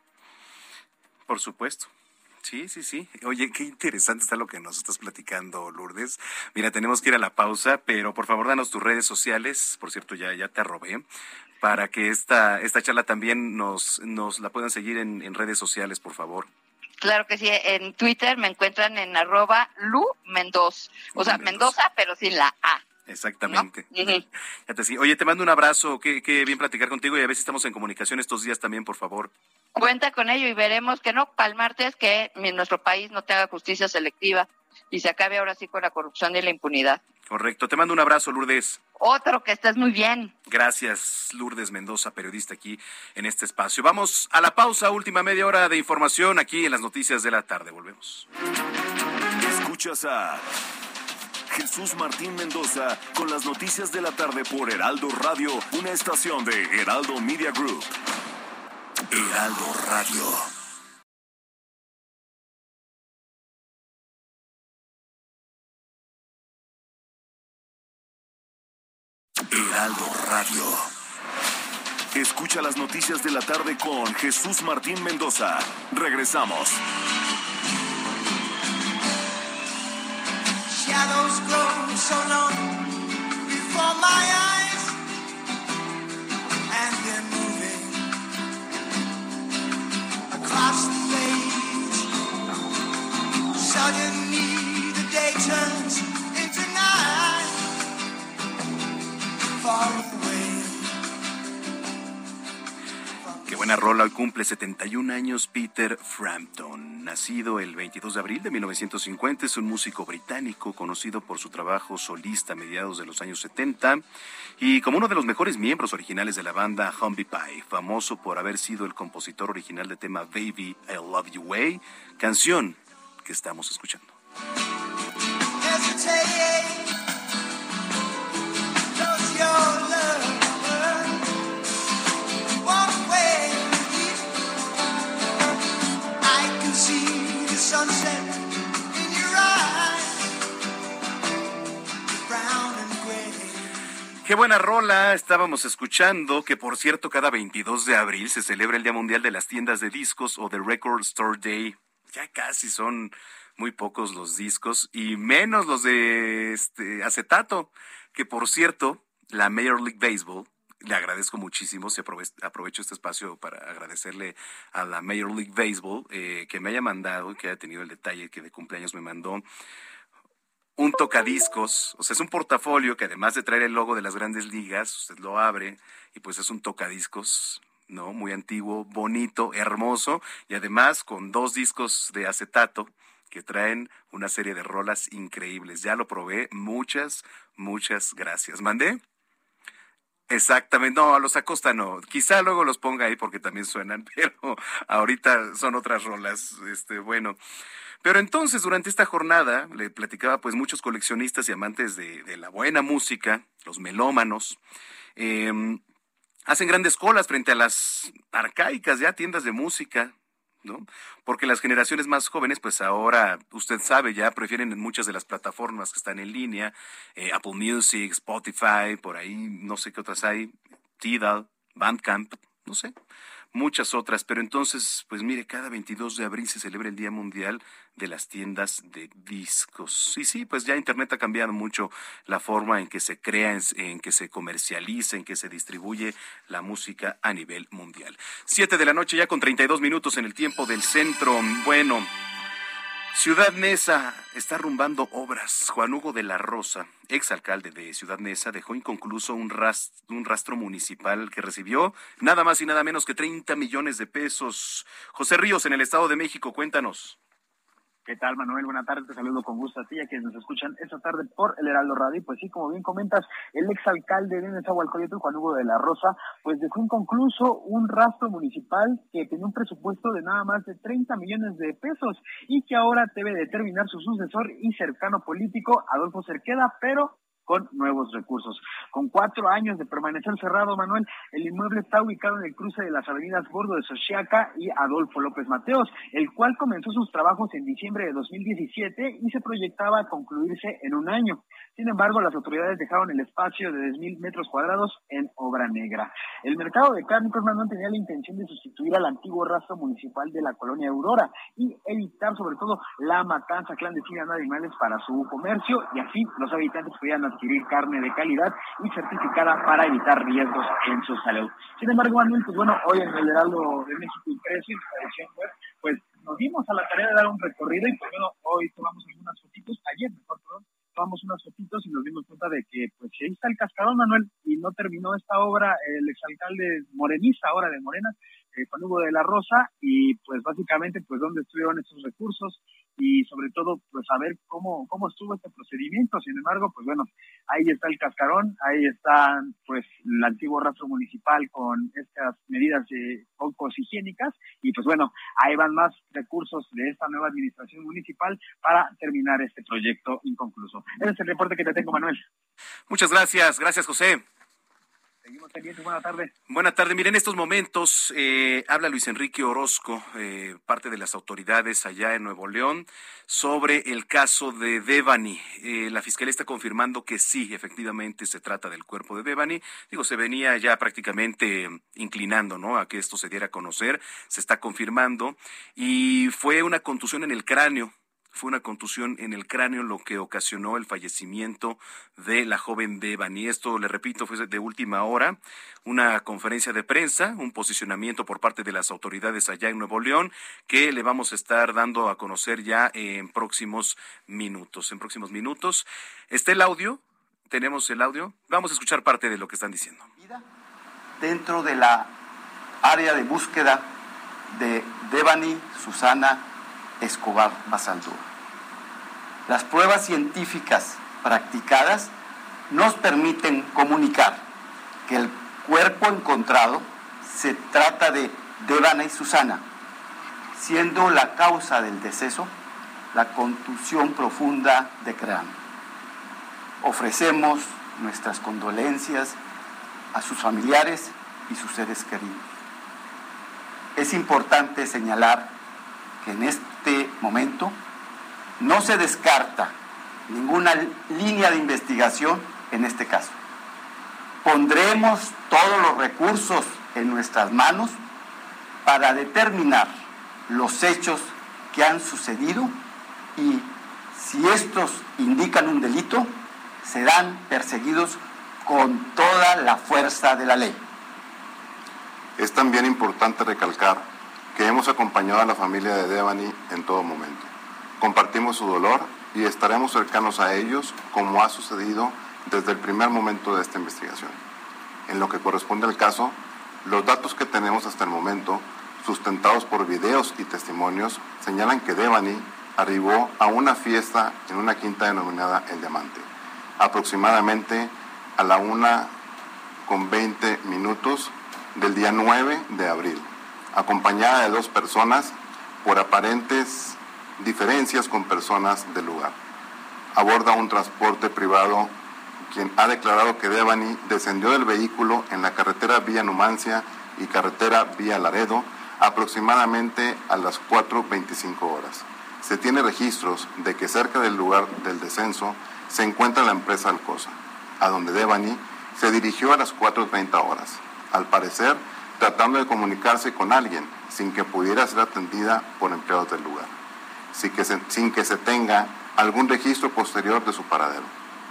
Por supuesto. Sí, sí, sí. Oye, qué interesante está lo que nos estás platicando, Lourdes. Mira, tenemos que ir a la pausa, pero por favor danos tus redes sociales. Por cierto, ya, ya te arrobé, para que esta, esta charla también nos, nos la puedan seguir en, en redes sociales, por favor. Claro que sí, en Twitter me encuentran en arroba Lu Mendoza, o sea, Mendoza, Mendoza pero sin la A. Exactamente. ¿No? Uh-huh. Ya te sigo. Oye, te mando un abrazo, qué, qué bien platicar contigo y a ver si estamos en comunicación estos días también, por favor. Cuenta con ello y veremos que no, para el martes, que nuestro país no tenga justicia selectiva y se acabe ahora sí con la corrupción y la impunidad. Correcto, te mando un abrazo, Lourdes. Otro, que estés muy bien. Gracias, Lourdes Mendoza, periodista aquí en este espacio. Vamos a la pausa, última media hora de información aquí en las noticias de la tarde. Volvemos. Escuchas a Jesús Martín Mendoza con las noticias de la tarde por Heraldo Radio, una estación de Heraldo Media Group. Heraldo Radio. Heraldo Radio. Escucha las noticias de la tarde con Jesús Martín Mendoza. Regresamos. Shadows grow so long before my eyes, and they're moving across the page. Suddenly the day turns into night, far away. Qué buena rola, hoy cumple setenta y un años Peter Frampton. Nacido el veintidós de abril de mil novecientos cincuenta, es un músico británico conocido por su trabajo solista a mediados de los años setenta y como uno de los mejores miembros originales de la banda Humby Pie, famoso por haber sido el compositor original del tema Baby, I Love You Way, canción que estamos escuchando. Sunset in your eyes, brown and gray. Qué buena rola estábamos escuchando, que por cierto cada veintidós de abril se celebra el Día Mundial de las Tiendas de Discos o The Record Store Day. Ya casi son muy pocos los discos y menos los de este acetato, que por cierto la Major League Baseball, le agradezco muchísimo, si aprove- aprovecho este espacio para agradecerle a la Major League Baseball eh, que me haya mandado, que haya tenido el detalle que de cumpleaños me mandó un tocadiscos, o sea, es un portafolio que además de traer el logo de las grandes ligas, usted lo abre y pues es un tocadiscos, ¿no? Muy antiguo, bonito, hermoso y además con dos discos de acetato que traen una serie de rolas increíbles. Ya lo probé, muchas, muchas gracias. ¿Mandé? Exactamente, no, a los Acosta no, quizá luego los ponga ahí porque también suenan, pero ahorita son otras rolas, este, bueno. Pero entonces, durante esta jornada, le platicaba, pues, muchos coleccionistas y amantes de, de la buena música, los melómanos, eh, hacen grandes colas frente a las arcaicas ya tiendas de música, ¿no? Porque las generaciones más jóvenes, pues ahora, usted sabe, ya prefieren en muchas de las plataformas que están en línea, eh, Apple Music, Spotify, por ahí, no sé qué otras hay, Tidal, Bandcamp, no sé, muchas otras. Pero entonces, pues mire, cada veintidós de abril se celebra el Día Mundial de las Tiendas de Discos. Y sí, pues ya Internet ha cambiado mucho la forma en que se crea, en, en que se comercializa, en que se distribuye la música a nivel mundial. Siete de la noche ya con treinta y dos minutos en el tiempo del centro. Bueno, Ciudad Neza está rumbando obras. Juan Hugo de la Rosa, exalcalde de Ciudad Neza, dejó inconcluso un rastro, un rastro municipal que recibió nada más y nada menos que treinta millones de pesos. José Ríos, en el Estado de México, cuéntanos. ¿Qué tal, Manuel? Buenas tardes, te saludo con gusto a ti y a quienes nos escuchan esta tarde por el Heraldo Radio. Pues sí, como bien comentas, el exalcalde de Nezahualcóyotl, Juan Hugo de la Rosa, pues dejó inconcluso un rastro municipal que tenía un presupuesto de nada más de treinta millones de pesos y que ahora debe determinar su sucesor y cercano político, Adolfo Cerqueda, pero con nuevos recursos. Con cuatro años de permanecer cerrado, Manuel, el inmueble está ubicado en el cruce de las avenidas Gordo de Xochiaca y Adolfo López Mateos, el cual comenzó sus trabajos en diciembre de dos mil diecisiete y se proyectaba concluirse en un año. Sin embargo, las autoridades dejaron el espacio de diez mil metros cuadrados en obra negra. El mercado de cárnicos, Manuel, tenía la intención de sustituir al antiguo rastro municipal de la colonia Aurora y evitar sobre todo la matanza clandestina de animales para su comercio, y así los habitantes podían adquirir carne de calidad y certificada para evitar riesgos en su salud. Sin embargo, Manuel, pues bueno, hoy en el Heraldo de México Impreso y su edición web, pues nos dimos a la tarea de dar un recorrido y pues bueno, hoy tomamos algunas fotitos, ayer mejor, perdón, tomamos unas fotitos y nos dimos cuenta de que pues ahí está el cascarón, Manuel, y no terminó esta obra el exalcalde morenista ahora de Morena, eh, Juan Hugo de la Rosa, y pues básicamente pues dónde estuvieron estos recursos y sobre todo pues saber cómo cómo estuvo este procedimiento. Sin embargo, pues bueno, ahí está el cascarón, ahí está pues el antiguo rastro municipal con estas medidas eh, poco higiénicas y pues bueno, ahí van más recursos de esta nueva administración municipal para terminar este proyecto inconcluso. Ese es el reporte que te tengo, Manuel. Muchas gracias, gracias José. Seguimos pendientes, buena tarde. Buena tarde, miren, en estos momentos eh, habla Luis Enrique Orozco, eh, parte de las autoridades allá en Nuevo León, sobre el caso de Devani. Eh, la Fiscalía está confirmando que sí, efectivamente se trata del cuerpo de Devani. Digo, se venía ya prácticamente inclinando, ¿no?, a que esto se diera a conocer, se está confirmando, y fue una contusión en el cráneo. Fue una contusión en el cráneo lo que ocasionó el fallecimiento de la joven Devani. Esto, le repito, fue de última hora, una conferencia de prensa, un posicionamiento por parte de las autoridades allá en Nuevo León, que le vamos a estar dando a conocer ya en próximos minutos. En próximos minutos. ¿Está el audio? ¿Tenemos el audio? Vamos a escuchar parte de lo que están diciendo. Dentro de la área de búsqueda de Devani Susana Escobar Basaldúa. Las pruebas científicas practicadas nos permiten comunicar que el cuerpo encontrado se trata de Devani Susana, siendo la causa del deceso la contusión profunda de cráneo. Ofrecemos nuestras condolencias a sus familiares y sus seres queridos. Es importante señalar que en este momento no se descarta ninguna línea de investigación en este caso. Pondremos todos los recursos en nuestras manos para determinar los hechos que han sucedido y, si estos indican un delito, serán perseguidos con toda la fuerza de la ley. Es también importante recalcar que hemos acompañado a la familia de Devani en todo momento. Compartimos su dolor y estaremos cercanos a ellos, como ha sucedido desde el primer momento de esta investigación. En lo que corresponde al caso, los datos que tenemos hasta el momento, sustentados por videos y testimonios, señalan que Devani arribó a una fiesta en una quinta denominada El Diamante, aproximadamente a la una con veinte minutos del día nueve de abril, acompañada de dos personas por aparentes diferencias con personas del lugar. Aborda un transporte privado, quien ha declarado que Devani descendió del vehículo en la carretera vía Numancia y carretera vía Laredo aproximadamente a las cuatro veinticinco horas. Se tiene registros de que cerca del lugar del descenso se encuentra la empresa Alcosa, a donde Devani se dirigió a las cuatro treinta horas, al parecer tratando de comunicarse con alguien sin que pudiera ser atendida por empleados del lugar, sin que se, sin que se tenga algún registro posterior de su paradero.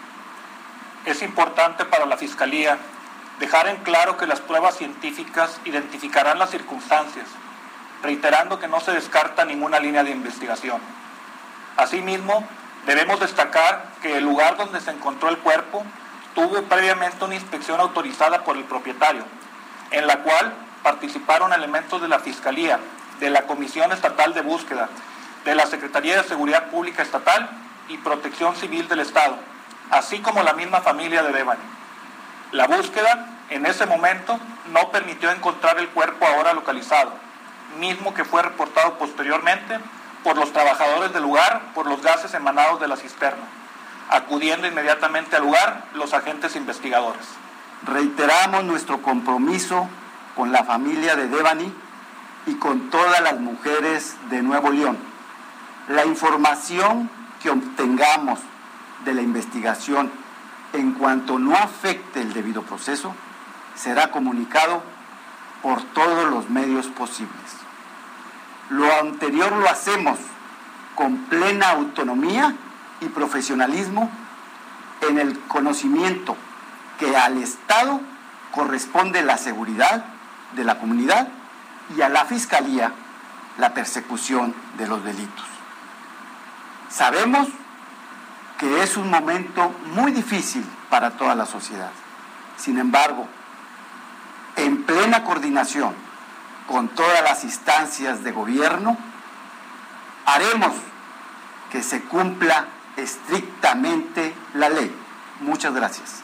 Es importante para la Fiscalía dejar en claro que las pruebas científicas identificarán las circunstancias, reiterando que no se descarta ninguna línea de investigación. Asimismo, debemos destacar que el lugar donde se encontró el cuerpo tuvo previamente una inspección autorizada por el propietario, en la cual participaron elementos de la Fiscalía, de la Comisión Estatal de Búsqueda, de la Secretaría de Seguridad Pública Estatal y Protección Civil del Estado, así como la misma familia de Devani. La búsqueda, en ese momento, no permitió encontrar el cuerpo ahora localizado, mismo que fue reportado posteriormente por los trabajadores del lugar por los gases emanados de la cisterna, acudiendo inmediatamente al lugar los agentes investigadores. Reiteramos nuestro compromiso con la familia de Devani y con todas las mujeres de Nuevo León. La información que obtengamos de la investigación en cuanto no afecte el debido proceso será comunicado por todos los medios posibles. Lo anterior lo hacemos con plena autonomía y profesionalismo en el conocimiento que al Estado corresponde la seguridad de la comunidad y a la Fiscalía la persecución de los delitos. Sabemos que es un momento muy difícil para toda la sociedad. Sin embargo, en plena coordinación con todas las instancias de gobierno, haremos que se cumpla estrictamente la ley. Muchas gracias.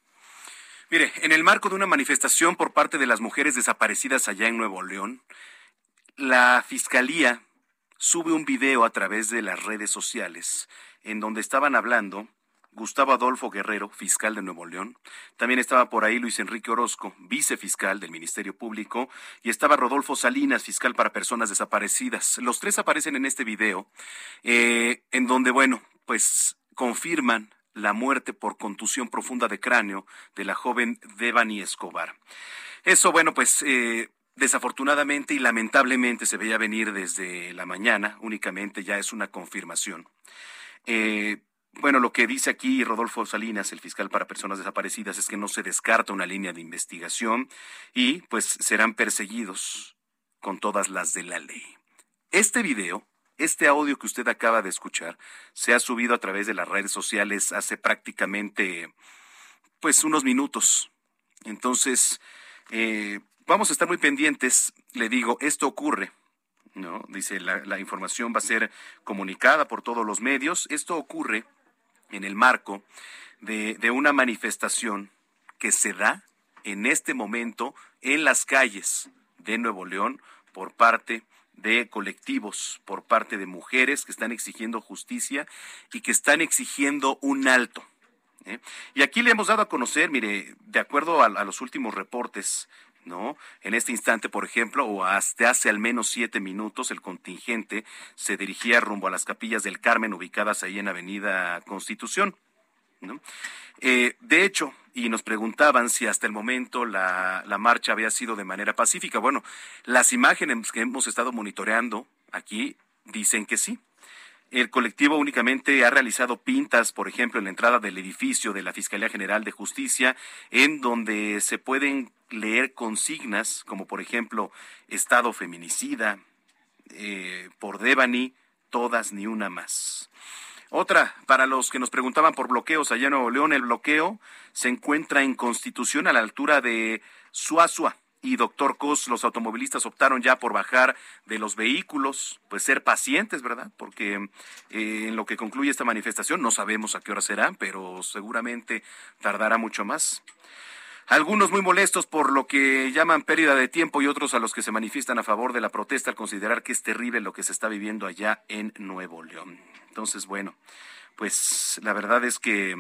Mire, en el marco de una manifestación por parte de las mujeres desaparecidas allá en Nuevo León, la Fiscalía sube un video a través de las redes sociales en donde estaban hablando Gustavo Adolfo Guerrero, fiscal de Nuevo León. También estaba por ahí Luis Enrique Orozco, vicefiscal del Ministerio Público, y estaba Rodolfo Salinas, fiscal para personas desaparecidas. Los tres aparecen en este video, eh, en donde, bueno, pues confirman la muerte por contusión profunda de cráneo de la joven Devani Escobar. Eso, bueno, pues eh, desafortunadamente y lamentablemente se veía venir desde la mañana, únicamente ya es una confirmación. Eh, Bueno, lo que dice aquí Rodolfo Salinas, el fiscal para personas desaparecidas, es que no se descarta una línea de investigación y pues serán perseguidos con todas las de la ley. Este video, este audio que usted acaba de escuchar, se ha subido a través de las redes sociales hace prácticamente pues unos minutos. Entonces, eh, vamos a estar muy pendientes. Le digo, esto ocurre, ¿no? Dice, la, la información va a ser comunicada por todos los medios. Esto ocurre en el marco de, de una manifestación que se da en este momento en las calles de Nuevo León por parte de colectivos, por parte de mujeres que están exigiendo justicia y que están exigiendo un alto. ¿eh? Y aquí le hemos dado a conocer, mire, de acuerdo a, a los últimos reportes, ¿no? En este instante, por ejemplo, o hasta hace al menos siete minutos, el contingente se dirigía rumbo a las Capillas del Carmen, ubicadas ahí en Avenida Constitución, ¿no? Eh, de hecho, y nos preguntaban si hasta el momento la, la marcha había sido de manera pacífica. Bueno, las imágenes que hemos estado monitoreando aquí dicen que sí. El colectivo únicamente ha realizado pintas, por ejemplo, en la entrada del edificio de la Fiscalía General de Justicia, en donde se pueden leer consignas como, por ejemplo, Estado feminicida, eh, por Devani, todas ni una más. Otra, para los que nos preguntaban por bloqueos allá en Nuevo León, el bloqueo se encuentra en Constitución a la altura de Suazua, y doctor Cos, los automovilistas optaron ya por bajar de los vehículos, pues ser pacientes, ¿verdad? Porque eh, en lo que concluye esta manifestación, no sabemos a qué hora será, pero seguramente tardará mucho más. Algunos muy molestos por lo que llaman pérdida de tiempo y otros a los que se manifiestan a favor de la protesta al considerar que es terrible lo que se está viviendo allá en Nuevo León. Entonces, bueno, pues la verdad es que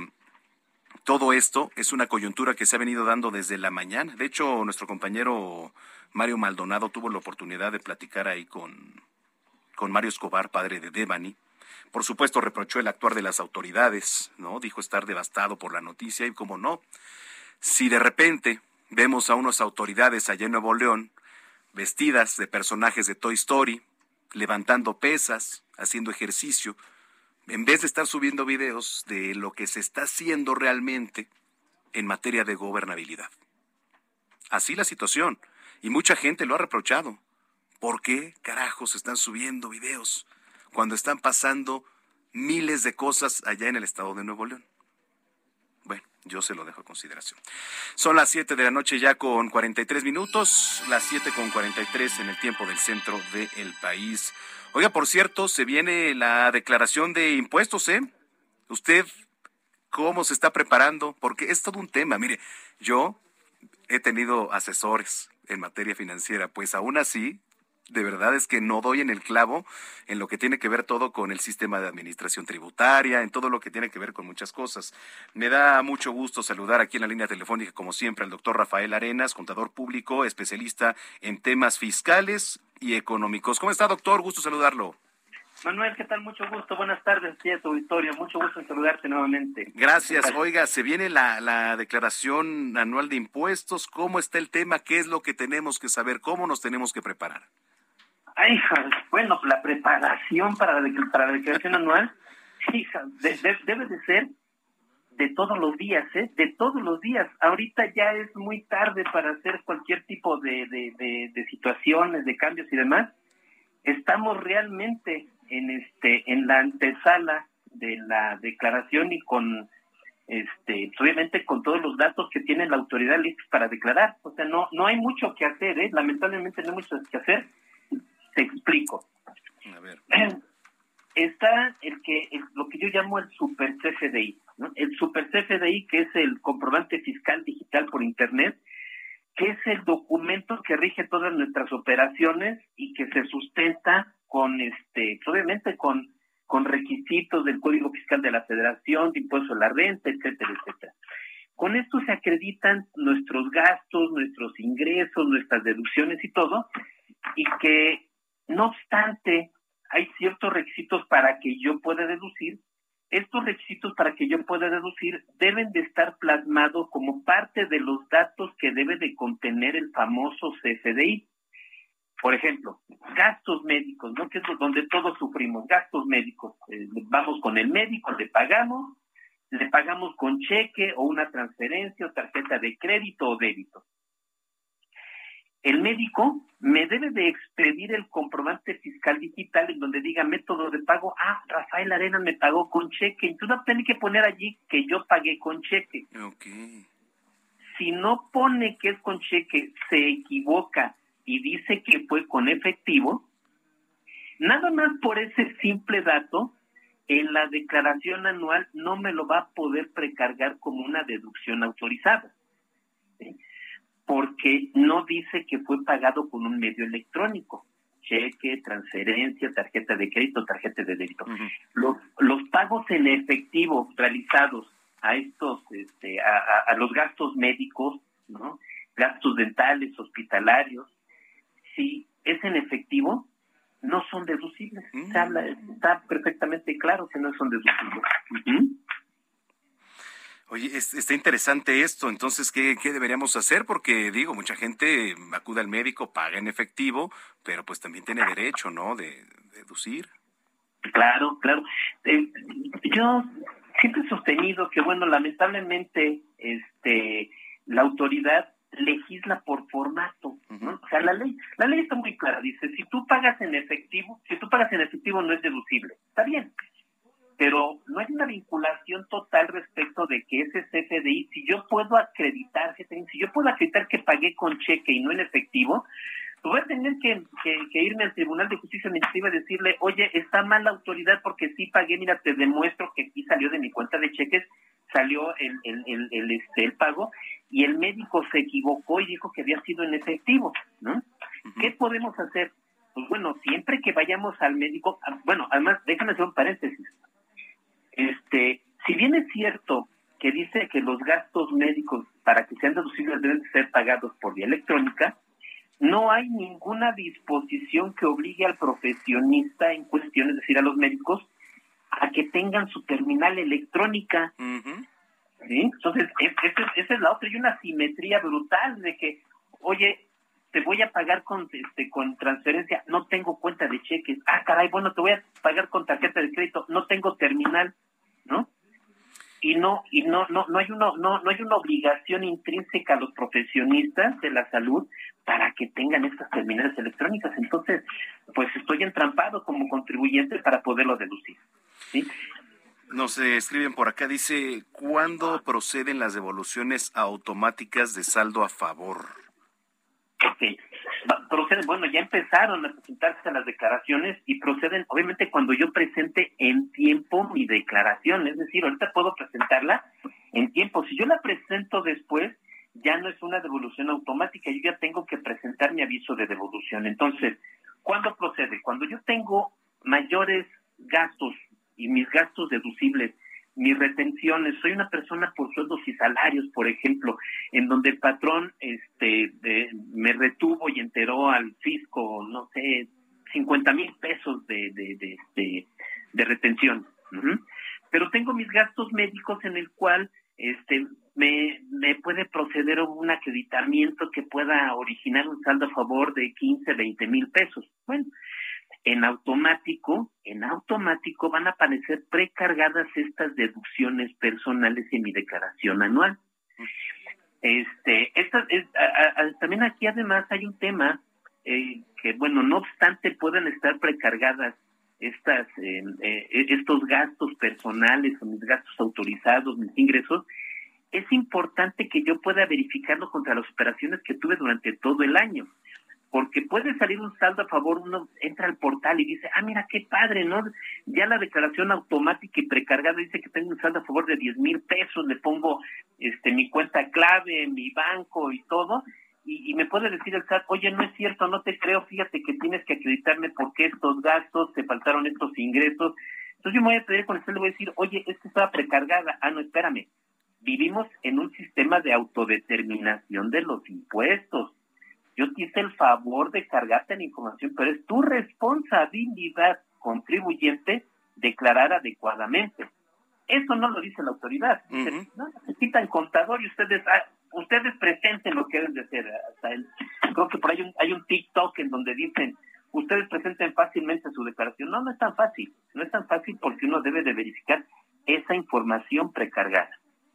todo esto es una coyuntura que se ha venido dando desde la mañana. De hecho, nuestro compañero Mario Maldonado tuvo la oportunidad de platicar ahí con, con Mario Escobar, padre de Devani. Por supuesto, reprochó el actuar de las autoridades, ¿no? Dijo estar devastado por la noticia y cómo no. Si de repente vemos a unas autoridades allá en Nuevo León vestidas de personajes de Toy Story, levantando pesas, haciendo ejercicio, en vez de estar subiendo videos de lo que se está haciendo realmente en materia de gobernabilidad. Así la situación. Y mucha gente lo ha reprochado. ¿Por qué carajos están subiendo videos cuando están pasando miles de cosas allá en el estado de Nuevo León? Bueno, yo se lo dejo a consideración. Son las siete de la noche ya con cuarenta y tres minutos, las siete con cuarenta y tres en el tiempo del centro del país. Oiga, por cierto, se viene la declaración de impuestos, ¿eh? ¿Usted cómo se está preparando? Porque es todo un tema. Mire, yo he tenido asesores en materia financiera, pues aún así, de verdad es que no doy en el clavo en lo que tiene que ver todo con el sistema de administración tributaria, en todo lo que tiene que ver con muchas cosas. Me da mucho gusto saludar aquí en la línea telefónica, como siempre, al doctor Rafael Arenas, contador público, especialista en temas fiscales y económicos. ¿Cómo está, doctor? Gusto saludarlo. Manuel, ¿qué tal? Mucho gusto. Buenas tardes, sí, a tu auditorio. Mucho gusto en saludarte nuevamente. Gracias. Oiga, se viene la, la declaración anual de impuestos. ¿Cómo está el tema? ¿Qué es lo que tenemos que saber? ¿Cómo nos tenemos que preparar? Ay, hija, bueno, la preparación para la, para la declaración anual, hija, de, de, debe de ser de todos los días, ¿eh? De todos los días. Ahorita ya es muy tarde para hacer cualquier tipo de, de, de, de situaciones, de cambios y demás. Estamos realmente en este en la antesala de la declaración y con este obviamente con todos los datos que tiene la autoridad listos para declarar. O sea, no no hay mucho que hacer, ¿eh? Lamentablemente no hay mucho que hacer. Te explico. A ver. Está el que el, lo que yo llamo el Super C F D I, ¿no? El Super C F D I, que es el comprobante fiscal digital por internet, que es el documento que rige todas nuestras operaciones y que se sustenta con este, obviamente con con requisitos del Código Fiscal de la Federación, de impuesto a la renta, etcétera, etcétera. Con esto se acreditan nuestros gastos, nuestros ingresos, nuestras deducciones y todo, y que no obstante hay ciertos requisitos para que yo pueda deducir. Estos requisitos para que yo pueda deducir deben de estar plasmados como parte de los datos que debe de contener el famoso C F D I. Por ejemplo, gastos médicos, ¿no? Que es donde todos sufrimos, gastos médicos. Eh, vamos con el médico, le pagamos, le pagamos con cheque o una transferencia o tarjeta de crédito o débito. El médico me debe de expedir el comprobante fiscal digital en donde diga método de pago. Ah, Rafael Arenas me pagó con cheque. Entonces no tiene que poner allí que yo pagué con cheque. Okay. Si no pone que es con cheque, se equivoca y dice que fue con efectivo, nada más por ese simple dato, en la declaración anual no me lo va a poder precargar como una deducción autorizada, ¿sí? Porque no dice que fue pagado con un medio electrónico, cheque, transferencia, tarjeta de crédito, tarjeta de débito. Uh-huh. Los, los pagos en efectivo realizados a estos, este, a, a, a los gastos médicos, ¿no? Gastos dentales, hospitalarios, si es en efectivo, no son deducibles. Mm. Se habla, está perfectamente claro que no son deducibles. Uh-huh. Oye, es, está interesante esto. Entonces, ¿qué, ¿qué deberíamos hacer? Porque, digo, mucha gente acude al médico, paga en efectivo, pero pues también tiene derecho, ¿no?, de, de deducir. Claro, claro. Eh, yo siempre he sostenido que, bueno, lamentablemente, este, la autoridad legisla por formato, ¿no? Uh-huh. O sea, la ley, la ley está muy clara. Dice, si tú pagas en efectivo, si tú pagas en efectivo no es deducible. Está bien. pero no hay una vinculación total respecto de que ese C F D I, si yo puedo acreditar, si yo puedo acreditar que pagué con cheque y no en efectivo, pues voy a tener que, que, que irme al Tribunal de Justicia Administrativa y decirle, oye, está mal la autoridad porque sí pagué, mira, te demuestro que aquí salió de mi cuenta de cheques, salió el, el, el, el, este, el pago, y el médico se equivocó y dijo que había sido en efectivo, ¿no? Uh-huh. ¿Qué podemos hacer? Pues bueno, siempre que vayamos al médico, bueno, además, déjame hacer un paréntesis. Este, si bien es cierto que dice que los gastos médicos para que sean deducibles deben ser pagados por vía electrónica, no hay ninguna disposición que obligue al profesionista en cuestión, es decir, a los médicos, a que tengan su terminal electrónica. Uh-huh. ¿Sí? Entonces, es, es, esa es la otra. Hay una simetría brutal de que, oye, te voy a pagar con este con transferencia, no tengo cuenta de cheques. Ah, caray, bueno, te voy a pagar con tarjeta de crédito, no tengo terminal, ¿no? Y no y no no no hay uno no no hay una obligación intrínseca a los profesionistas de la salud para que tengan estas terminales electrónicas. Entonces, pues estoy entrampado como contribuyente para poderlo deducir, ¿sí? Nos eh, escriben por acá, dice, ¿cuándo proceden las devoluciones automáticas de saldo a favor? Okay. Proceden, bueno, ya empezaron a presentarse las declaraciones y proceden, obviamente, cuando yo presente en tiempo mi declaración, es decir, ahorita puedo presentarla en tiempo. Si yo la presento después, ya no es una devolución automática, yo ya tengo que presentar mi aviso de devolución. Entonces, ¿cuándo procede? Cuando yo tengo mayores gastos y mis gastos deducibles, mis retenciones, soy una persona por sueldos y salarios, por ejemplo, en donde el patrón este de, me retuvo y enteró al fisco, no sé, cincuenta mil pesos de de, de, de, de retención. Uh-huh. Pero tengo mis gastos médicos en el cual este me, me puede proceder un acreditamiento que pueda originar un saldo a favor de quince, veinte mil pesos. Bueno, en automático, en automático van a aparecer precargadas estas deducciones personales en mi declaración anual. Este, esta, es, a, a, también aquí además hay un tema eh, que, bueno, no obstante puedan estar precargadas estas eh, eh, estos gastos personales o mis gastos autorizados, mis ingresos, es importante que yo pueda verificarlo contra las operaciones que tuve durante todo el año. Porque puede salir un saldo a favor, uno entra al portal y dice, ah, mira, qué padre, ¿no? Ya la declaración automática y precargada dice que tengo un saldo a favor de diez mil pesos, le pongo este mi cuenta clave, mi banco y todo, y, y me puede decir el S A T, oye, no es cierto, no te creo, fíjate que tienes que acreditarme porque estos gastos, te faltaron estos ingresos. Entonces yo me voy a pedir con el S A T, le voy a decir, oye, esto estaba precargada. Ah, no, espérame, vivimos en un sistema de autodeterminación de los impuestos. Yo te hice el favor de cargarte la información, pero es tu responsabilidad, contribuyente, declarar adecuadamente. Eso no lo dice la autoridad. Uh-huh. No, necesitan contador y ustedes ah, ustedes presenten lo que deben de hacer. Hasta el, creo que por ahí hay un, hay un TikTok en donde dicen, ustedes presenten fácilmente su declaración. No, no es tan fácil. No es tan fácil porque uno debe de verificar esa información precargada.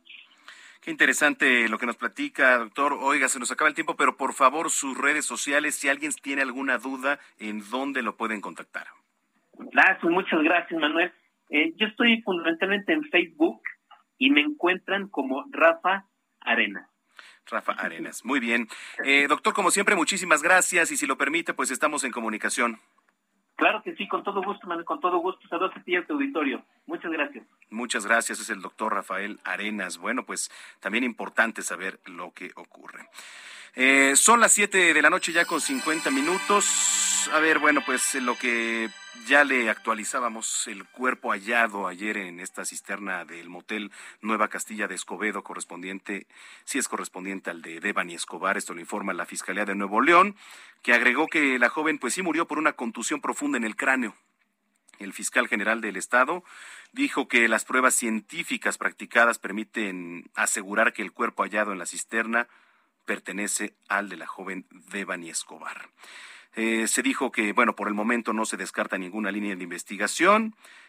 Qué interesante lo que nos platica, doctor. Oiga, se nos acaba el tiempo, pero por favor, sus redes sociales, si alguien tiene alguna duda, ¿en dónde lo pueden contactar? Gracias, muchas gracias, Manuel. Eh, yo estoy fundamentalmente en Facebook y me encuentran como Rafa Arenas. Rafa Arenas, muy bien. Eh, doctor, como siempre, muchísimas gracias y si lo permite, pues estamos en comunicación. Claro que sí, con todo gusto, Manuel, con todo gusto. Saludos a ti y a tu auditorio. Muchas gracias. Muchas gracias, es el doctor Rafael Arenas. Bueno, pues también importante saber lo que ocurre. Eh, son las siete de la noche ya con cincuenta minutos. A ver, bueno, pues lo que ya le actualizábamos, el cuerpo hallado ayer en esta cisterna del motel Nueva Castilla de Escobedo, correspondiente, sí es correspondiente al de Devani Escobar, esto lo informa la Fiscalía de Nuevo León, que agregó que la joven pues sí murió por una contusión profunda en el cráneo. El fiscal general del estado dijo que las pruebas científicas practicadas permiten asegurar que el cuerpo hallado en la cisterna pertenece al de la joven Devani Escobar. Eh, se dijo que, bueno, por el momento no se descarta ninguna línea de investigación.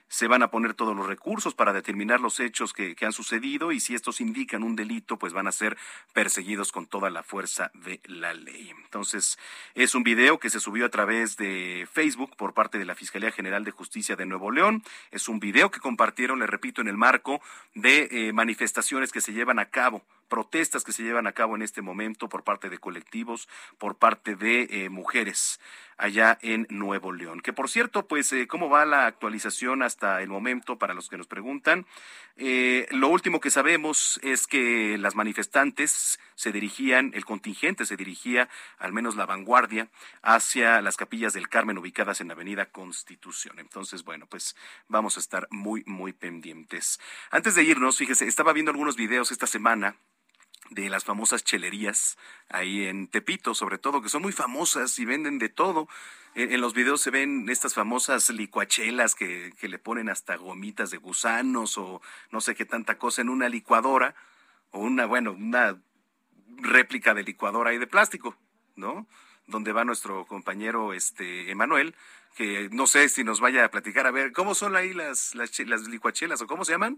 se van a poner todos los recursos para determinar los hechos que, que han sucedido y si estos indican un delito, pues van a ser perseguidos con toda la fuerza de la ley. Entonces, es un video que se subió a través de Facebook por parte de la Fiscalía General de Justicia de Nuevo León. Es un video que compartieron, le repito, en el marco de eh, manifestaciones que se llevan a cabo, protestas que se llevan a cabo en este momento por parte de colectivos, por parte de eh, mujeres allá en Nuevo León. Que por cierto, pues, eh, ¿cómo va la actualización hasta el momento para los que nos preguntan? Eh, lo último que sabemos es que las manifestantes se dirigían, el contingente se dirigía, al menos la vanguardia, hacia las Capillas del Carmen ubicadas en la Avenida Constitución. Entonces, bueno, pues vamos a estar muy, muy pendientes. Antes de irnos, fíjese, estaba viendo algunos videos esta semana de las famosas chelerías ahí en Tepito, sobre todo, que son muy famosas y venden de todo. En, en los videos se ven estas famosas licuachelas que, que le ponen hasta gomitas de gusanos o no sé qué tanta cosa en una licuadora o una, bueno, una réplica de licuadora ahí de plástico, ¿no? Donde va nuestro compañero este Emanuel, que no sé si nos vaya a platicar, a ver, ¿cómo son ahí las, las, las licuachelas o cómo se llaman?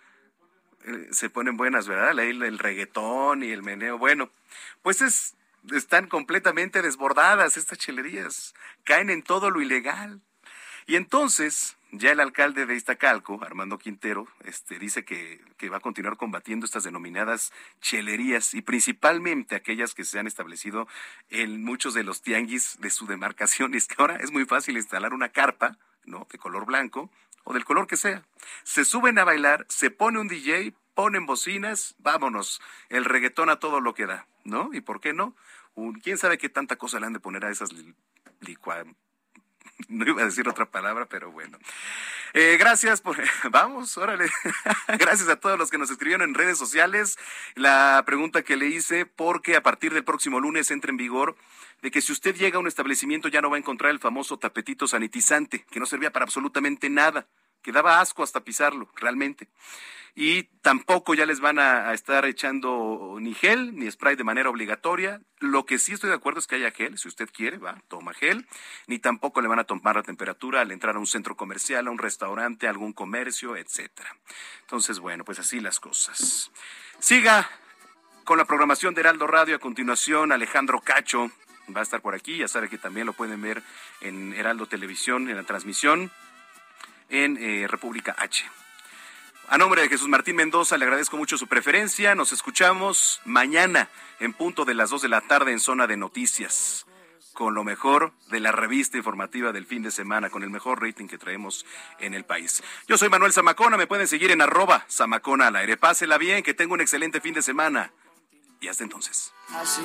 Se ponen buenas, ¿verdad? El, el reggaetón y el meneo. Bueno, pues es, están completamente desbordadas estas chelerías. Caen en todo lo ilegal. Y entonces, ya el alcalde de Iztacalco, Armando Quintero, este, dice que, que va a continuar combatiendo estas denominadas chelerías y principalmente aquellas que se han establecido en muchos de los tianguis de su demarcación. Y es que ahora es muy fácil instalar una carpa, ¿no?, de color blanco, o del color que sea. Se suben a bailar, se pone un D J, ponen bocinas, vámonos, el reggaetón a todo lo que da, ¿no? ¿Y por qué no? Un, ¿Quién sabe qué tanta cosa le han de poner a esas li, licua... No iba a decir otra palabra, pero bueno. Eh, gracias por... Vamos, órale. Gracias a todos los que nos escribieron en redes sociales. La pregunta que le hice, porque a partir del próximo lunes entra en vigor de que si usted llega a un establecimiento ya no va a encontrar el famoso tapetito sanitizante, que no servía para absolutamente nada, que daba asco hasta pisarlo, realmente. Y tampoco ya les van a, a estar echando ni gel ni spray de manera obligatoria. Lo que sí estoy de acuerdo es que haya gel, si usted quiere, va, toma gel. Ni tampoco le van a tomar la temperatura al entrar a un centro comercial, a un restaurante, a algún comercio, etcétera. Entonces, bueno, pues así las cosas. Siga con la programación de Heraldo Radio. A continuación, Alejandro Cacho va a estar por aquí. Ya sabe que también lo pueden ver en Heraldo Televisión, en la transmisión en eh, República H. A nombre de Jesús Martín Mendoza, le agradezco mucho su preferencia. Nos escuchamos mañana en punto de las dos de la tarde en Zona de Noticias, con lo mejor de la revista informativa del fin de semana, con el mejor rating que traemos en el país. Yo soy Manuel Zamacona, me pueden seguir en arroba Zamacona al aire. Pásela bien, que tenga un excelente fin de semana. Y hasta entonces. Así,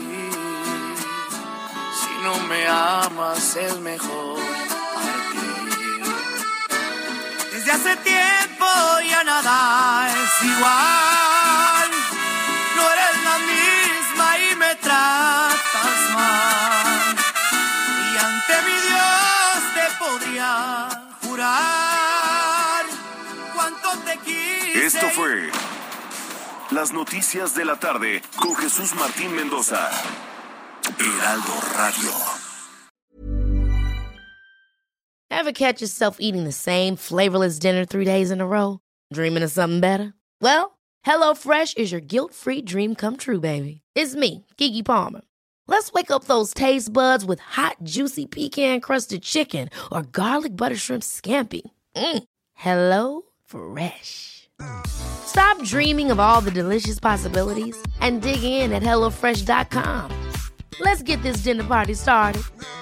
si no me amas es mejor partir. Desde hace tiempo ya nada es igual. No eres la misma y me tratas mal. Y ante mi Dios te podría jurar cuánto te quise. Esto fue Las Noticias de la Tarde con Jesús Martín Mendoza. Heraldo Radio. Ever catch yourself eating the same flavorless dinner three days in a row? Dreaming of something better? Well, HelloFresh is your guilt-free dream come true, baby. It's me, Keke Palmer. Let's wake up those taste buds with hot, juicy pecan-crusted chicken or garlic butter shrimp scampi. Mm. Hello Fresh. Stop dreaming of all the delicious possibilities and dig in at hello fresh dot com. Let's get this dinner party started.